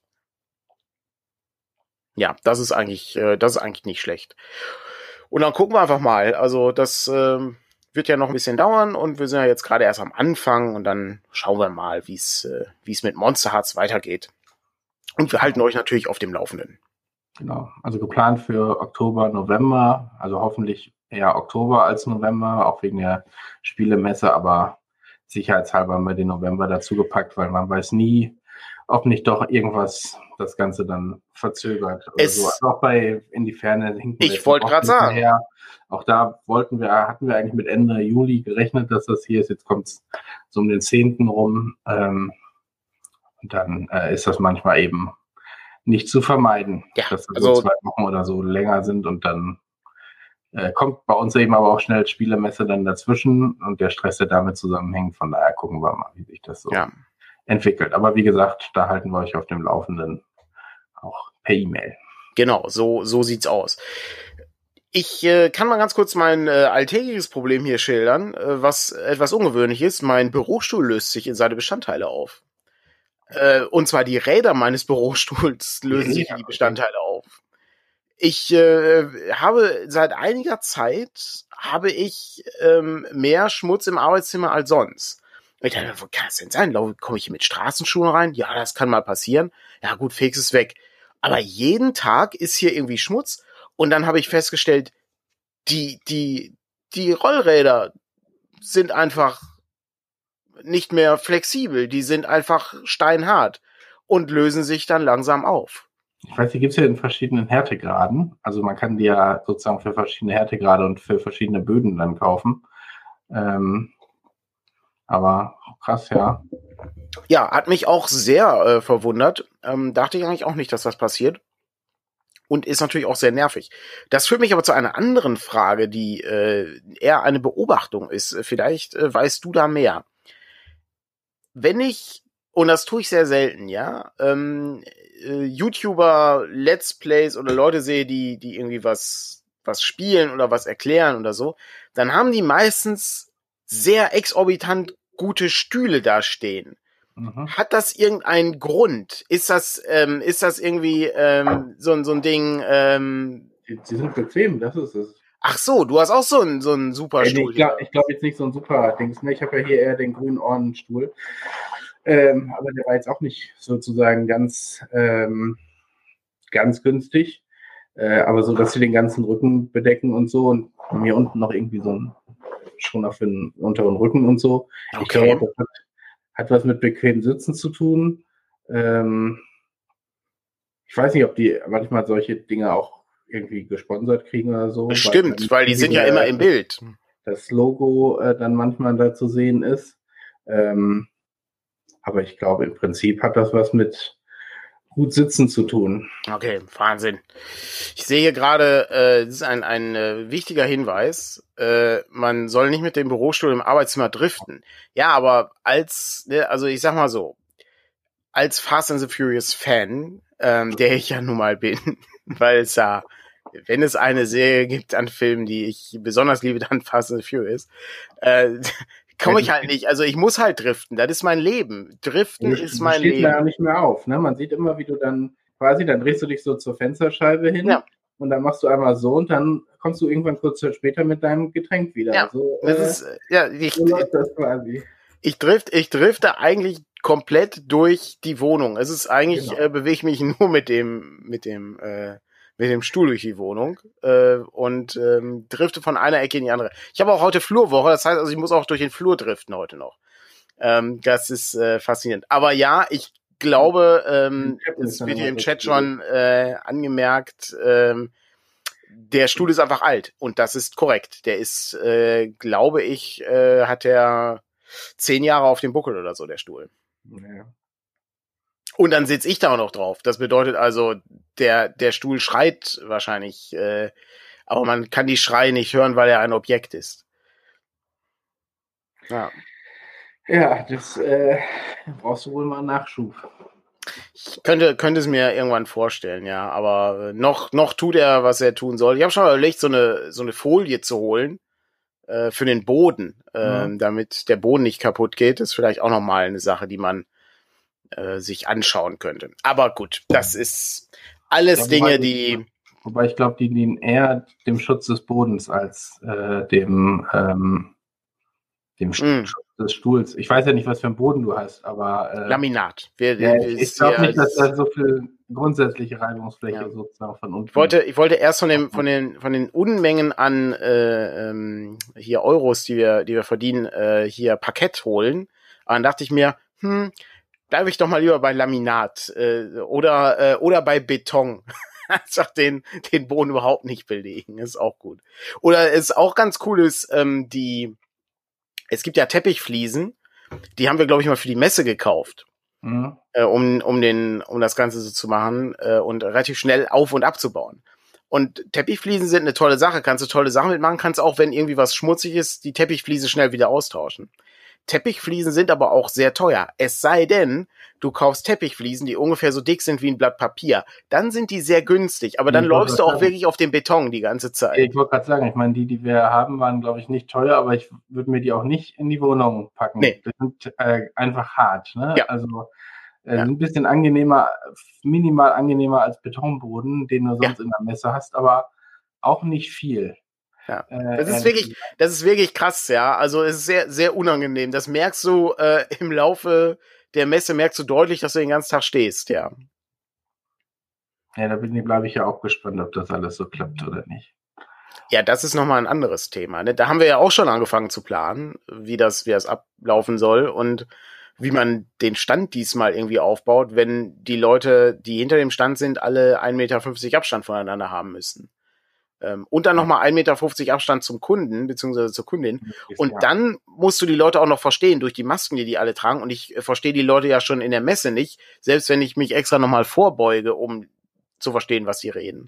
Ja, das ist eigentlich, äh, das ist eigentlich nicht schlecht. Und dann gucken wir einfach mal. Also das äh, wird ja noch ein bisschen dauern und wir sind ja jetzt gerade erst am Anfang und dann schauen wir mal, wie es äh, wie es mit Monster Hearts weitergeht. Und wir halten euch natürlich auf dem Laufenden. Genau, also geplant für Oktober, November, also hoffentlich eher Oktober als November, auch wegen der Spielemesse, aber sicherheitshalber haben wir den November dazu gepackt, weil man weiß nie, ob nicht doch irgendwas das Ganze dann verzögert. Oder es, so. Also auch bei In die Ferne hinten. Ich wollte gerade sagen. Her. Auch da wollten wir, hatten wir eigentlich mit Ende Juli gerechnet, dass das hier ist. Jetzt kommt es so um den zehnten rum. Ähm, und dann äh, ist das manchmal eben nicht zu vermeiden, ja, dass das also, so zwei Wochen oder so länger sind und dann äh, kommt bei uns eben aber auch schnell Spielemesse dann dazwischen und der Stress, der damit zusammenhängt. Von daher gucken wir mal, wie sich das so ja. entwickelt. Aber wie gesagt, da halten wir euch auf dem Laufenden, auch per E-Mail. Genau, so so sieht's aus. Ich äh, kann mal ganz kurz mein äh, alltägliches Problem hier schildern, äh, was etwas ungewöhnlich ist. Mein Bürostuhl löst sich in seine Bestandteile auf. Äh, und zwar die Räder meines Bürostuhls lösen sich in die Bestandteile auf. Ich äh, habe seit einiger Zeit habe ich ähm, mehr Schmutz im Arbeitszimmer als sonst. Ich dachte, wo kann das denn sein? Komme ich hier mit Straßenschuhen rein? Ja, das kann mal passieren. Ja gut, fix es weg. Aber jeden Tag ist hier irgendwie Schmutz. Und dann habe ich festgestellt, die, die, die Rollräder sind einfach nicht mehr flexibel. Die sind einfach steinhart und lösen sich dann langsam auf. Ich weiß, die gibt es ja in verschiedenen Härtegraden. Also man kann die ja sozusagen für verschiedene Härtegrade und für verschiedene Böden dann kaufen. Ähm, aber krass, ja. Ja, hat mich auch sehr äh, verwundert. Ähm, dachte ich eigentlich auch nicht, dass das passiert. Und ist natürlich auch sehr nervig. Das führt mich aber zu einer anderen Frage, die äh, eher eine Beobachtung ist. Vielleicht äh, weißt du da mehr. Wenn ich, und das tue ich sehr selten, ja, ähm, äh, YouTuber, Let's Plays oder Leute sehe, die die irgendwie was was spielen oder was erklären oder so, dann haben die meistens sehr exorbitant gute Stühle da stehen. Mhm. Hat das irgendeinen Grund? Ist das, ähm, ist das irgendwie ähm, so, so ein Ding? Ähm, die, die sind bequem, das ist es. Ach so, du hast auch so einen, so einen super äh, Stuhl. Ich glaube glaub jetzt nicht so ein super Ding. Ich habe ja hier eher den grünen Ohrenstuhl. Ähm, aber der war jetzt auch nicht sozusagen ganz, ähm, ganz günstig. Äh, aber so, dass sie den ganzen Rücken bedecken und so. Und mir unten noch irgendwie so ein Schoner für den unteren Rücken und so. Okay. Ich glaube, das hat Hat was mit bequem Sitzen zu tun. Ähm, ich weiß nicht, ob die manchmal solche Dinge auch irgendwie gesponsert kriegen oder so. Bestimmt, weil, weil die sind ja immer im Bild. Das Logo äh, dann manchmal da zu sehen ist. Ähm, aber ich glaube, im Prinzip hat das was mit gut sitzen zu tun. Okay, Wahnsinn. Ich sehe hier gerade, äh, das ist ein, ein äh, wichtiger Hinweis, äh, man soll nicht mit dem Bürostuhl im Arbeitszimmer driften. Ja, aber als, ne, also ich sag mal so, als Fast and the Furious Fan, ähm, der ich ja nun mal bin, weil es ja, wenn es eine Serie gibt an Filmen, die ich besonders liebe, dann Fast and the Furious, äh, komme ich halt nicht. Also ich muss halt driften. Das ist mein Leben. Driften du, ist du mein stehst Leben. Da nicht mehr auf. Ne? Man sieht immer, wie du dann quasi, dann drehst du dich so zur Fensterscheibe hin ja. und dann machst du einmal so und dann kommst du irgendwann kurz Zeit später mit deinem Getränk wieder. Ja, so, das äh, ist, ja, ich, so läuft das quasi. Ich drift, ich drifte eigentlich komplett durch die Wohnung. Es ist eigentlich, genau. äh, bewege ich mich nur mit dem, mit dem, äh, mit dem Stuhl durch die Wohnung äh, und ähm, drifte von einer Ecke in die andere. Ich habe auch heute Flurwoche, das heißt also, ich muss auch durch den Flur driften heute noch. Ähm, das ist äh, faszinierend. Aber ja, ich glaube, ähm, es wird hier im Chat schon äh, angemerkt, ähm, der Stuhl ist einfach alt und das ist korrekt. Der ist, äh, glaube ich, äh, hat der zehn Jahre auf dem Buckel oder so, der Stuhl. Ja. Und dann sitze ich da auch noch drauf. Das bedeutet also, der, der Stuhl schreit wahrscheinlich, äh, aber man kann die Schreie nicht hören, weil er ein Objekt ist. Ja. Ja, das äh, brauchst du wohl mal einen Nachschub. Ich könnte, könnte es mir irgendwann vorstellen, ja, aber noch, noch tut er, was er tun soll. Ich habe schon mal überlegt, so eine, so eine Folie zu holen äh, für den Boden, äh, mhm. damit der Boden nicht kaputt geht. Das ist vielleicht auch nochmal eine Sache, die man äh, sich anschauen könnte. Aber gut, das ist alles ja, Dinge, die... Wobei ich glaube, die dienen eher dem Schutz des Bodens als äh, dem, ähm, dem mm. Schutz des Stuhls. Ich weiß ja nicht, was für einen Boden du hast, aber... Äh, Laminat. Wir, ja, ich ich glaube nicht, dass da so viel grundsätzliche Reibungsfläche ja. sozusagen von unten... Ich wollte, ich wollte erst von, dem, von, den, von den Unmengen an äh, ähm, hier Euros, die wir, die wir verdienen, äh, hier Parkett holen. Aber dann dachte ich mir, hm, bleibe ich doch mal lieber bei Laminat äh, oder, äh, oder bei Beton. Einfach den, den Boden überhaupt nicht belegen. Ist auch gut. Oder ist auch ganz cool ist, ähm, die, es gibt ja Teppichfliesen, die haben wir, glaube ich, mal für die Messe gekauft. Mhm. Äh, um, um den, um das Ganze so zu machen, äh, und relativ schnell auf- und abzubauen. Und Teppichfliesen sind eine tolle Sache. Kannst du tolle Sachen mitmachen, kannst auch, wenn irgendwie was schmutzig ist, die Teppichfliese schnell wieder austauschen. Teppichfliesen sind aber auch sehr teuer. Es sei denn, du kaufst Teppichfliesen, die ungefähr so dick sind wie ein Blatt Papier. Dann sind die sehr günstig, aber dann Ich wollte läufst du grad auch sagen, wirklich auf dem Beton die ganze Zeit. ich wollte gerade sagen, ich meine, die, die wir haben, waren, glaube ich, nicht teuer, aber ich würde mir die auch nicht in die Wohnung packen. Nee. Die sind äh, einfach hart, ne? Ja. Also äh, Ja. sind ein bisschen angenehmer, minimal angenehmer als Betonboden, den du sonst Ja. in der Messe hast, aber auch nicht viel. Ja. Äh, Das ist ehrlich wirklich, gesagt. das ist wirklich krass, ja. Also es ist sehr, sehr unangenehm. Das merkst du äh, im Laufe der Messe, merkst du deutlich, dass du den ganzen Tag stehst, ja. Ja, da bin ich, bleibe ich ja auch gespannt, ob das alles so klappt oder nicht. Ja, das ist nochmal ein anderes Thema. Ne? Da haben wir ja auch schon angefangen zu planen, wie das, wie das ablaufen soll und wie man den Stand diesmal irgendwie aufbaut, wenn die Leute, die hinter dem Stand sind, alle ein Meter fünfzig Abstand voneinander haben müssen. Ähm, und dann nochmal ein Meter fünfzig Abstand zum Kunden, beziehungsweise zur Kundin. Und Ja. dann musst du die Leute auch noch verstehen durch die Masken, die die alle tragen. Und ich äh, verstehe die Leute ja schon in der Messe nicht, selbst wenn ich mich extra nochmal vorbeuge, um zu verstehen, was sie reden.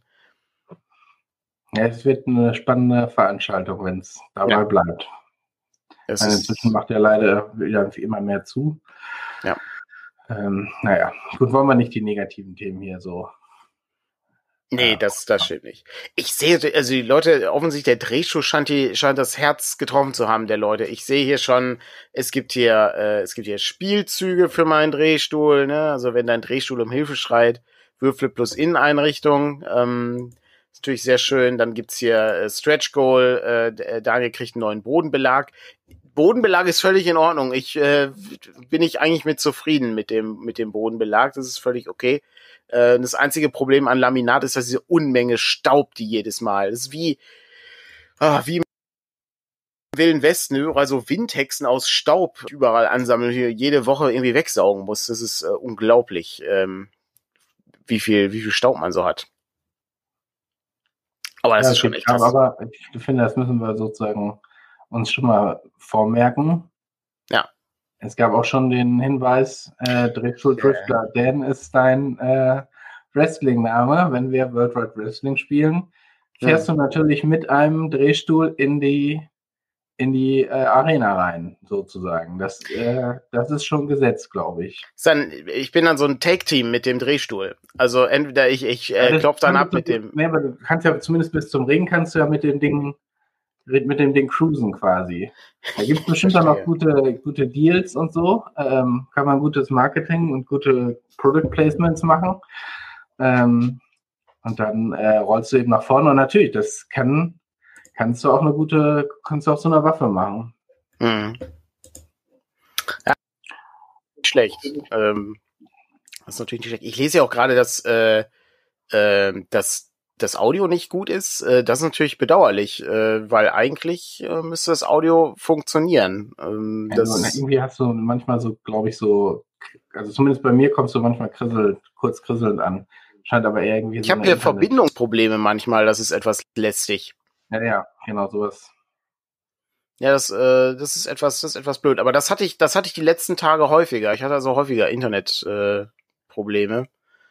Ja, es wird eine spannende Veranstaltung, wenn es dabei Ja. bleibt. Es Meine, ist, inzwischen macht ja leider wieder immer mehr zu. Ja. Ähm, naja, gut, wollen wir nicht die negativen Themen hier so. Nee, Ja. das, das stimmt nicht. Ich sehe, also die Leute, offensichtlich der Drehschuh scheint, die, scheint das Herz getroffen zu haben, der Leute. Ich sehe hier schon, es gibt hier, äh, es gibt hier Spielzüge für meinen Drehstuhl, ne? Also wenn dein Drehstuhl um Hilfe schreit, Würfel plus Inneneinrichtung, ähm, ist natürlich sehr schön. Dann gibt's hier äh, Stretch Goal, äh, Daniel kriegt einen neuen Bodenbelag. Bodenbelag ist völlig in Ordnung. Ich äh, bin ich eigentlich mit zufrieden mit dem mit dem Bodenbelag. Das ist völlig okay. Äh, das einzige Problem an Laminat ist, dass diese Unmenge Staub, die jedes Mal. Das ist wie ah, wie im Wilden Westen, überall so Windhexen aus Staub überall ansammeln, hier jede Woche irgendwie wegsaugen muss. Das ist äh, unglaublich, ähm, wie viel wie viel Staub man so hat. Aber das Ja, ist schon okay, echt krass. aber ich finde, das müssen wir sozusagen uns schon mal vormerken. Ja. Es gab auch schon den Hinweis, äh, Drehstuhl Driftler Dan ist dein äh, Wrestling-Name. Wenn wir World Wide Wrestling spielen, fährst Ja. du natürlich mit einem Drehstuhl in die in die äh, Arena rein, sozusagen. Das, äh, das ist schon Gesetz, glaube ich. Dann, ich bin dann so ein Take-Team mit dem Drehstuhl. Also entweder ich, ich äh, Ja, klopf dann kann ab du- mit dem. Nee, aber du kannst ja zumindest bis zum Ring kannst du ja mit dem Ding mit dem Ding cruisen quasi. Da gibt es bestimmt dann auch gute, gute Deals und so. Ähm, kann man gutes Marketing und gute Product Placements machen. Ähm, und dann äh, rollst du eben nach vorne. Und natürlich, das kann, kannst du auch eine gute, kannst du auch so eine Waffe machen. Hm. Ja, nicht schlecht. Ähm, das ist natürlich nicht schlecht. Ich lese ja auch gerade, dass, äh, äh, dass das Audio nicht gut ist. Äh, das ist natürlich bedauerlich, äh, weil eigentlich äh, müsste das Audio funktionieren. Ähm, Also, das, irgendwie hast du manchmal so, glaube ich, so, also zumindest bei mir kommst du manchmal krisselt, kurz krisselnd an. Scheint aber eher irgendwie ich so habe eine hier Internet- Verbindungsprobleme manchmal, das ist etwas lästig. Ja, ja, genau, sowas. Ja, das, äh, das ist etwas, das ist etwas blöd. Aber das hatte ich, das hatte ich die letzten Tage häufiger. Ich hatte also häufiger Internet-Probleme. Äh, Probleme.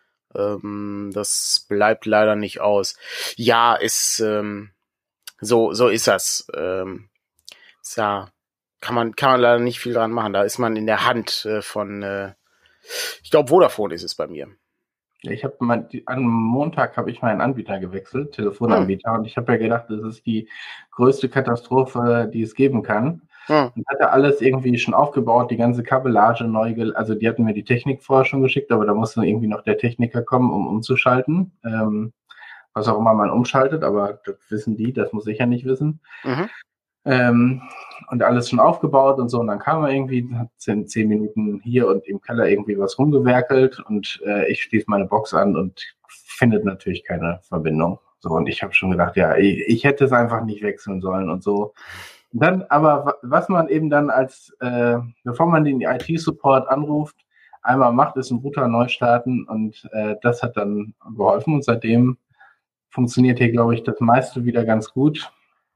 ähm, das bleibt leider nicht aus. Ja, ist ähm, so, so ist das. Ähm, ist ja, kann man, kann man leider nicht viel dran machen. Da ist man in der Hand äh, von, äh, ich glaube, Vodafone ist es bei mir. Ja, ich habe mal, die- am Montag habe ich meinen Anbieter gewechselt, Telefonanbieter, und ich habe ja gedacht, das ist die größte Katastrophe, die es geben kann. Hm. Und hatte alles irgendwie schon aufgebaut, die ganze Kabellage neu, gel- also die hatten mir die Technik vorher schon geschickt, aber da musste irgendwie noch der Techniker kommen, um umzuschalten. Ähm, was auch immer man umschaltet, aber das wissen die, das muss ich ja nicht wissen. Mhm. Ähm, und alles schon aufgebaut und so. Und dann kam er irgendwie, hat zehn, zehn Minuten hier und im Keller irgendwie was rumgewerkelt und äh, ich schließe meine Box an und findet natürlich keine Verbindung. So, und ich habe schon gedacht, ja, ich, ich hätte es einfach nicht wechseln sollen und so. Und dann, aber wa- was man eben dann als, äh, bevor man den I T-Support anruft, einmal macht, ist ein Router neu starten und äh, das hat dann geholfen und seitdem funktioniert hier, glaube ich, das meiste wieder ganz gut.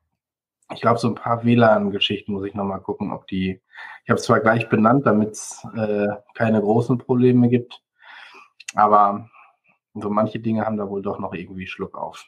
Ich glaube, so ein paar W L A N-Geschichten muss ich nochmal gucken, ob die, ich habe es zwar gleich benannt, damit es äh, keine großen Probleme gibt, aber so manche Dinge haben da wohl doch noch irgendwie Schluck auf.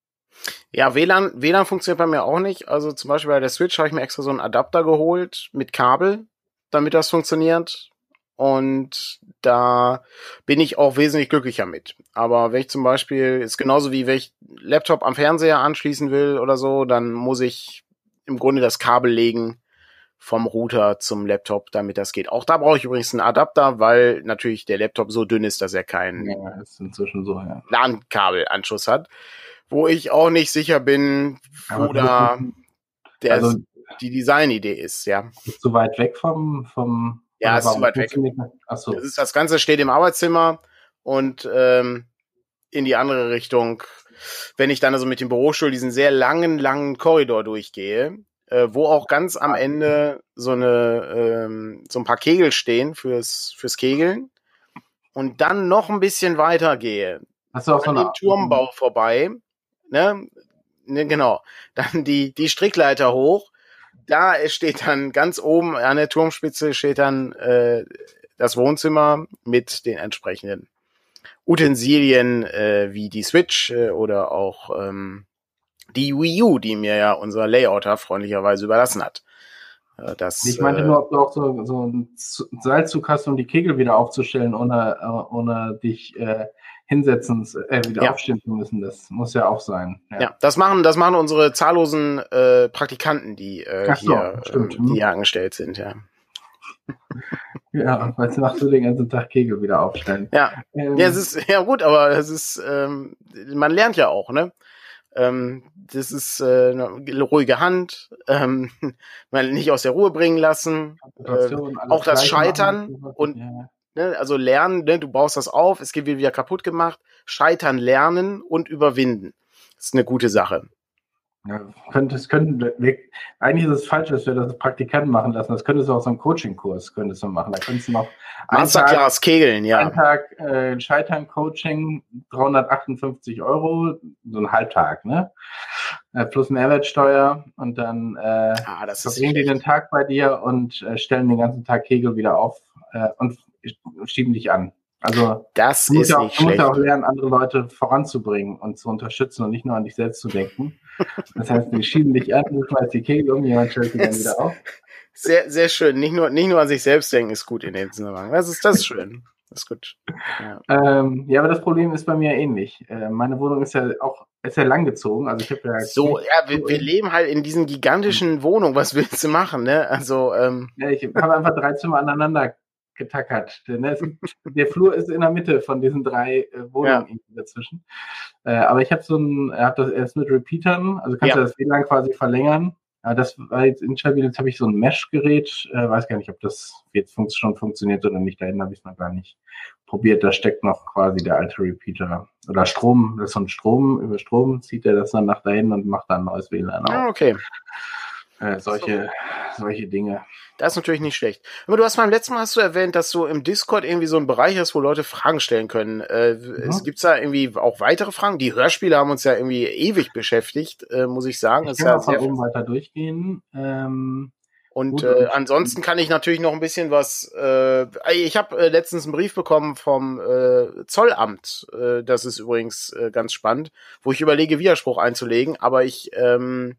Ja, W L A N, W L A N funktioniert bei mir auch nicht. Also zum Beispiel bei der Switch habe ich mir extra so einen Adapter geholt mit Kabel. damit das funktioniert. Und da bin ich auch wesentlich glücklicher mit. Aber wenn ich zum Beispiel, ist genauso wie wenn ich Laptop am Fernseher anschließen will oder so, dann muss ich im Grunde das Kabel legen vom Router zum Laptop, damit das geht. Auch da brauche ich übrigens einen Adapter, weil natürlich der Laptop so dünn ist, dass er keinen Ja, ist inzwischen so, ja. LAN-Kabelanschluss hat. Wo ich auch nicht sicher bin, wo Aber da der, also, die Designidee ist, ja. Ist zu weit weg vom, vom Ja, oder ist zu warum weit weg. funktioniert das? Ach so. Das, ist, das Ganze steht im Arbeitszimmer und ähm, in die andere Richtung, wenn ich dann also mit dem Bürostuhl diesen sehr langen, langen Korridor durchgehe, äh, wo auch ganz am Ende so eine ähm, so ein paar Kegel stehen fürs fürs Kegeln und dann noch ein bisschen weiter gehe, Hast du auch so an eine dem Turmbau vorbei, ne, ne, genau, dann die die Strickleiter hoch, da steht dann ganz oben an der Turmspitze steht dann äh, das Wohnzimmer mit den entsprechenden Utensilien äh, wie die Switch äh, oder auch ähm, die Wii U, die mir ja unser Layouter freundlicherweise überlassen hat. Äh, das, Ich meinte äh, nur, ob du auch so, so einen Seilzug hast, um die Kegel wieder aufzustellen, ohne, äh, ohne dich äh, hinsetzen, äh, wieder Ja. aufstehen zu müssen. Das muss ja auch sein. Ja, ja, das machen, das machen unsere zahllosen äh, Praktikanten, die äh, Ach so, hier, stimmt. ähm, die hier angestellt sind, ja. Ja, weil du machst du den ganzen Tag Kegel wieder aufstellen. Ja, Ähm, ja, es ist ja gut, aber es ist, ähm, man lernt ja auch, ne? Ähm, das ist äh, eine ruhige Hand, ähm, mal nicht aus der Ruhe bringen lassen, äh, Konzentration, alles auch das gleich Scheitern machen. und Ja. ne, also lernen, ne, du baust das auf, es wird wieder kaputt gemacht, scheitern, lernen und überwinden. Das ist eine gute Sache. Ja, könnte, es könnten wir, eigentlich ist es falsch, dass wir das Praktikanten machen lassen. Das könntest du auch so einen Coaching-Kurs könntest du machen. Da könntest du noch einen Tag, Masterclass Kegeln, ja. einen Tag äh, Scheitern-Coaching, dreihundertachtundfünfzig Euro, so ein Halbtag, ne? Äh, plus Mehrwertsteuer und dann äh, Ah, das ist verbringen die den Tag bei dir und äh, stellen den ganzen Tag Kegel wieder auf äh, und schieben dich an. Also das du musst, ist ja auch, nicht du musst ja schlecht. auch lernen, andere Leute voranzubringen und zu unterstützen und nicht nur an dich selbst zu denken. Das heißt, die schieben dich an, du schmeißt die Kegel um, jemand stellt sie dann wieder auf. Sehr, sehr schön. Nicht nur, nicht nur an sich selbst denken ist gut in dem Zusammenhang. Das ist, das ist schön. Das ist gut. Ja. Ähm, ja, aber das Problem ist bei mir ähnlich. Äh, meine Wohnung ist ja auch ist ja langgezogen. Also ich habe ja So, ja, wir, wir leben halt in diesen gigantischen Wohnungen. Was willst du machen, ne? Also, ähm, ja, ich habe einfach drei Zimmer aneinander getackert. Ne? Es gibt, der Flur ist in der Mitte von diesen drei äh, Wohnungen Ja. dazwischen. Äh, aber ich habe so ein, er hat das erst mit Repeatern, also kannst Ja. du das W L A N quasi verlängern. Ja, das war jetzt instabil. Jetzt habe ich so ein Mesh-Gerät. Äh, weiß gar nicht, ob das jetzt fun- schon funktioniert oder nicht. Dahin habe ich es noch gar nicht probiert. Da steckt noch quasi der alte Repeater. Oder Strom, das ist so ein Strom, über Strom zieht er das dann nach dahin und macht dann ein neues W L A N Ah, auf. okay. Äh, solche, solche Dinge. Das ist natürlich nicht schlecht. Aber du hast beim letzten Mal hast du erwähnt, dass du im Discord irgendwie so ein Bereich hast, wo Leute Fragen stellen können. Äh, Mhm. es gibt's da irgendwie auch weitere Fragen? Die Hörspiele haben uns ja irgendwie ewig beschäftigt, äh, muss ich sagen. Das Ich ist kann ja mal von sehr oben weiter durchgehen. Ähm, Und Gut, äh, und- ansonsten kann ich natürlich noch ein bisschen was. Äh, ich habe äh, letztens einen Brief bekommen vom äh, Zollamt. Äh, das ist übrigens äh, ganz spannend, wo ich überlege, Widerspruch einzulegen, aber ich ähm,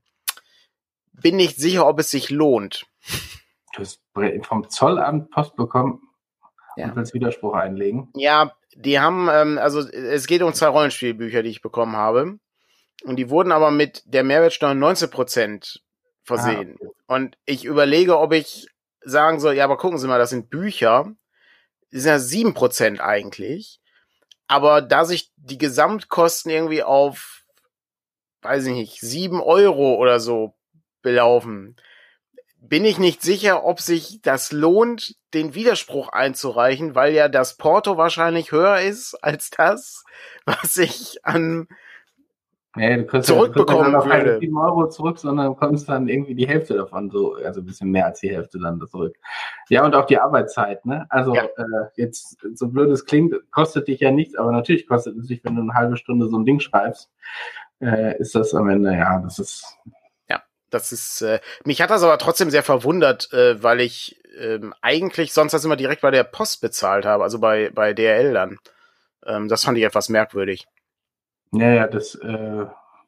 bin nicht sicher, ob es sich lohnt. Du hast vom Zollamt Post bekommen Ja. und willst Widerspruch einlegen. Ja, die haben, ähm, also es geht um zwei Rollenspielbücher, die ich bekommen habe. Und die wurden aber mit der Mehrwertsteuer neunzehn Prozent versehen. Ah, okay. Und ich überlege, ob ich sagen soll, ja, aber gucken Sie mal, das sind Bücher. Das sind ja sieben Prozent eigentlich. Aber da sich die Gesamtkosten irgendwie auf, weiß ich nicht, sieben Euro oder so belaufen, bin ich nicht sicher, ob sich das lohnt, den Widerspruch einzureichen, weil ja das Porto wahrscheinlich höher ist als das, was ich an Nee, du kriegst zurückbekommen ja, du kriegst ja dann auch würde. keine sieben Euro zurück, sondern bekommst dann irgendwie die Hälfte davon, so, also ein bisschen mehr als die Hälfte dann zurück. Ja, und auch die Arbeitszeit, ne? Also Ja. äh, jetzt, so blöd es klingt, kostet dich ja nichts, aber natürlich kostet es dich, wenn du eine halbe Stunde so ein Ding schreibst, äh, ist das am Ende, ja, das ist. Das ist, äh, mich hat das aber trotzdem sehr verwundert, äh, weil ich ähm, eigentlich sonst das immer direkt bei der Post bezahlt habe, also bei, bei D H L dann. Ähm, das fand ich etwas merkwürdig. Ja, ja, das, äh,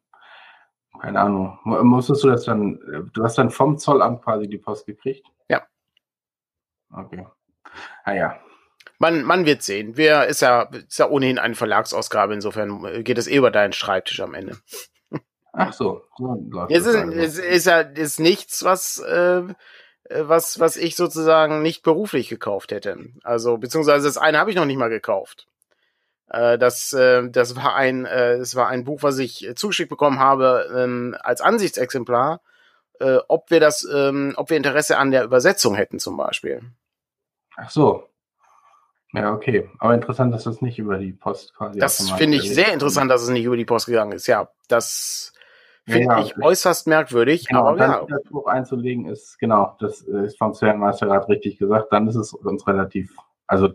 keine Ahnung. Mu- Musstest du das dann, äh, du hast dann vom Zollamt quasi die Post gekriegt? Ja. Okay. Ah ja. Man, man wird sehen. Wir, ist ja, ist ja ohnehin eine Verlagsausgabe, insofern geht es eh über deinen Schreibtisch am Ende. Ach so. so läuft Es das ist, also. es ist ja ist nichts, was, äh, was, was ich sozusagen nicht beruflich gekauft hätte. Also, beziehungsweise das eine habe ich noch nicht mal gekauft. Äh, das, äh, das war ein, äh, es war ein Buch, was ich zugeschickt bekommen habe, ähm, als Ansichtsexemplar, äh, ob wir das, ähm, ob wir Interesse an der Übersetzung hätten, zum Beispiel. Ach so. Ja, okay. Aber interessant, dass das nicht über die Post quasi Das finde ich sehr interessant, dass es nicht über die Post gegangen ist. Ja, das finde ja, ja, ich äußerst merkwürdig. Genau, aber und dann ja. Widerspruch einzulegen ist, genau, das ist vom Zwergenmeisterrat richtig gesagt, dann ist es uns relativ, also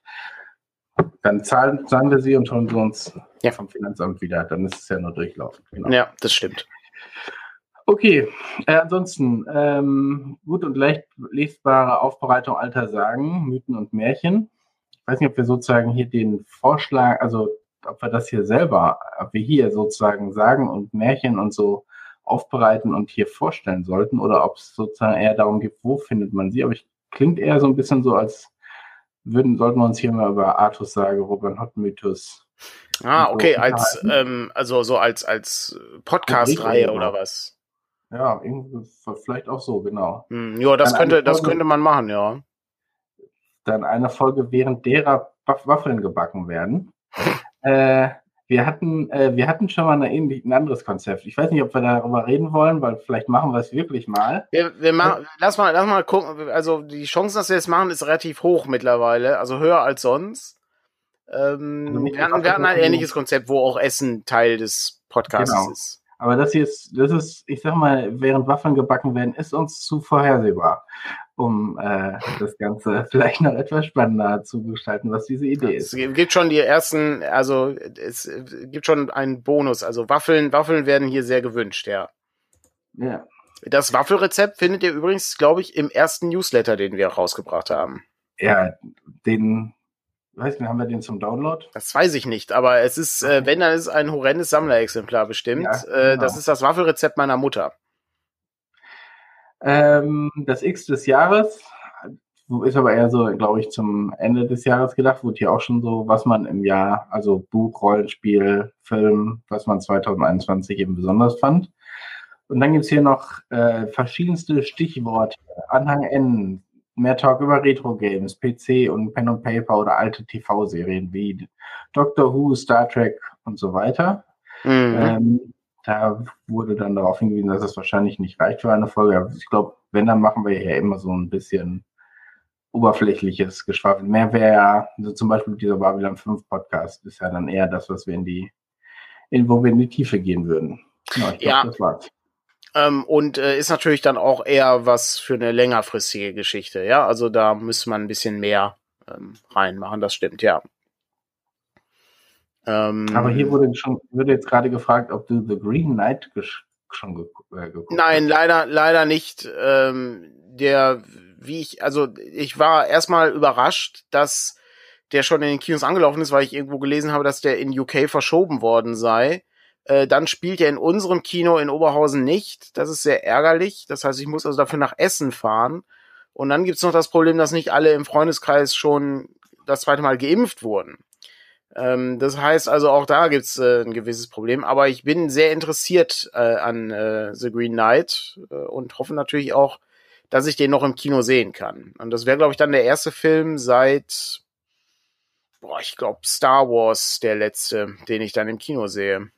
dann zahlen, zahlen wir sie und holen sie uns Ja. vom Finanzamt wieder, dann ist es ja nur durchlaufen. Genau. Ja, das stimmt. Okay, äh, ansonsten, ähm, gut und leicht lesbare Aufbereitung alter Sagen, Mythen und Märchen. Ich weiß nicht, ob wir sozusagen hier den Vorschlag, also ob wir das hier selber, ob wir hier sozusagen Sagen und Märchen und so aufbereiten und hier vorstellen sollten oder ob es sozusagen eher darum geht, wo findet man sie. Aber ich klingt eher so ein bisschen so, als würden, sollten wir uns hier mal über Artussage, Robin Hood Mythos. Ah, so okay, als, ähm, also so als, als Podcast-Reihe oder was? Ja, irgendwie, vielleicht auch so, genau. Hm, ja, das Dann könnte, eine das Folge- könnte man machen, ja. Dann eine Folge, während derer Waff- Waffeln gebacken werden. äh, wir hatten, äh, wir hatten schon mal eine ähnlich, ein anderes Konzept. Ich weiß nicht, ob wir darüber reden wollen, weil vielleicht machen wir es wirklich mal. Wir, wir machen, lass mal, lass mal gucken. Also die Chancen, dass wir es machen, ist relativ hoch mittlerweile, also höher als sonst. Ähm, Also nicht wir hatten, wir hatten ein ähnliches Konzept, wo auch Essen Teil des Podcasts Genau. ist. Aber das hier ist, das ist, ich sag mal, während Waffeln gebacken werden, ist uns zu vorhersehbar, um äh, das Ganze vielleicht noch etwas spannender zu gestalten, was diese Idee Es ist. gibt schon die ersten, also es gibt schon einen Bonus. Also Waffeln, Waffeln werden hier sehr gewünscht, ja. Ja. Das Waffelrezept findet ihr übrigens, glaube ich, im ersten Newsletter, den wir rausgebracht haben. Ja, den, weiß nicht, haben wir den zum Download? Das weiß ich nicht, aber es ist, äh, wenn, dann ist es ein horrendes Sammlerexemplar bestimmt. Ja, äh, genau. Das ist das Waffelrezept meiner Mutter. Ähm, das X des Jahres ist aber eher so, glaube ich, zum Ende des Jahres gedacht. Wurde hier auch schon so, was man im Jahr, also Buch, Rollenspiel, Film, was man zwanzig einundzwanzig eben besonders fand. Und dann gibt's hier noch äh, verschiedenste Stichworte. Anhang N, mehr Talk über Retro-Games, P C und Pen and Paper oder alte T V-Serien wie Doctor Who, Star Trek und so weiter. Mhm. Ähm, da wurde dann darauf hingewiesen, dass es wahrscheinlich nicht reicht für eine Folge. Aber ich glaube, wenn, dann machen wir ja immer so ein bisschen oberflächliches Geschwafel. Mehr wäre ja, also zum Beispiel dieser Babylon fünf Podcast ist ja dann eher das, was wir in die, in, wo wir in die Tiefe gehen würden. Genau, ich glaube, Ja. das war's. Ähm, und äh, ist natürlich dann auch eher was für eine längerfristige Geschichte, ja. Also da müsste man ein bisschen mehr ähm, reinmachen, das stimmt, ja. Ähm, Aber hier wurde schon, wurde jetzt gerade gefragt, ob du The Green Knight gesch- schon ge äh, geguckt Nein, hast. leider, leider nicht. Ähm, der, wie ich, also ich war erstmal überrascht, dass der schon in den Kinos angelaufen ist, weil ich irgendwo gelesen habe, dass der in U K verschoben worden sei. Äh, dann spielt er in unserem Kino in Oberhausen nicht. Das ist sehr ärgerlich. Das heißt, ich muss also dafür nach Essen fahren. Und dann gibt's noch das Problem, dass nicht alle im Freundeskreis schon das zweite Mal geimpft wurden. Ähm, das heißt also, auch da gibt's äh, ein gewisses Problem. Aber ich bin sehr interessiert äh, an äh, The Green Knight äh, und hoffe natürlich auch, dass ich den noch im Kino sehen kann. Und das wäre, glaube ich, dann der erste Film seit, boah, ich glaube, Star Wars, der letzte, den ich dann im Kino sehe.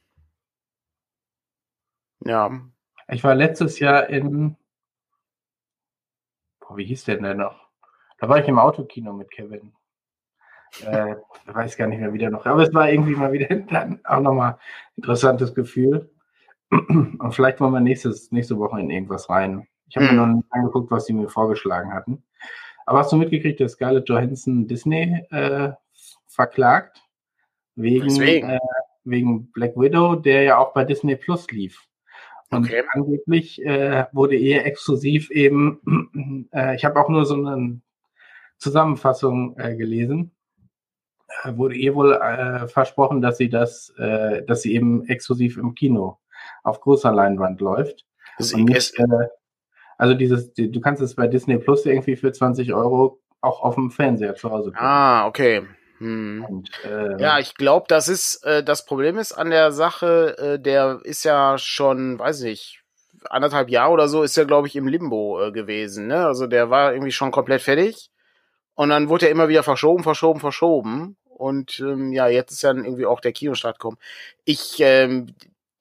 Ja. Ich war letztes Jahr in, boah, wie hieß der denn noch? Da war ich im Autokino mit Kevin. Äh, ich weiß gar nicht mehr wieder noch, aber es war irgendwie mal wieder dann auch nochmal ein interessantes Gefühl. Und vielleicht wollen wir nächstes, nächste Woche in irgendwas rein. Ich habe Hm. mir noch nicht angeguckt, was die mir vorgeschlagen hatten. Aber hast du mitgekriegt, dass Scarlett Johansson Disney äh, verklagt? Wegen, Weswegen? äh, wegen Black Widow, der ja auch bei Disney Plus lief. Und Okay. angeblich äh, wurde ihr exklusiv eben, äh, ich habe auch nur so eine Zusammenfassung äh, gelesen, äh, wurde ihr wohl äh, versprochen, dass sie das, äh, dass sie eben exklusiv im Kino auf großer Leinwand läuft. Es, Und nicht, es, äh, also dieses, die, du kannst es bei Disney Plus irgendwie für zwanzig Euro auch auf dem Fernseher zu Hause gucken. Ah, okay. Hm. Und, äh, Ja, ich glaube, das ist, äh, das Problem ist an der Sache, äh, der ist ja schon, weiß nicht, anderthalb Jahre oder so, ist ja, glaube ich, im Limbo äh, gewesen, ne? Also der war irgendwie schon komplett fertig und dann wurde er immer wieder verschoben, verschoben, verschoben und ähm, ja, jetzt ist ja dann irgendwie auch der Kinostart gekommen. Ich, ähm,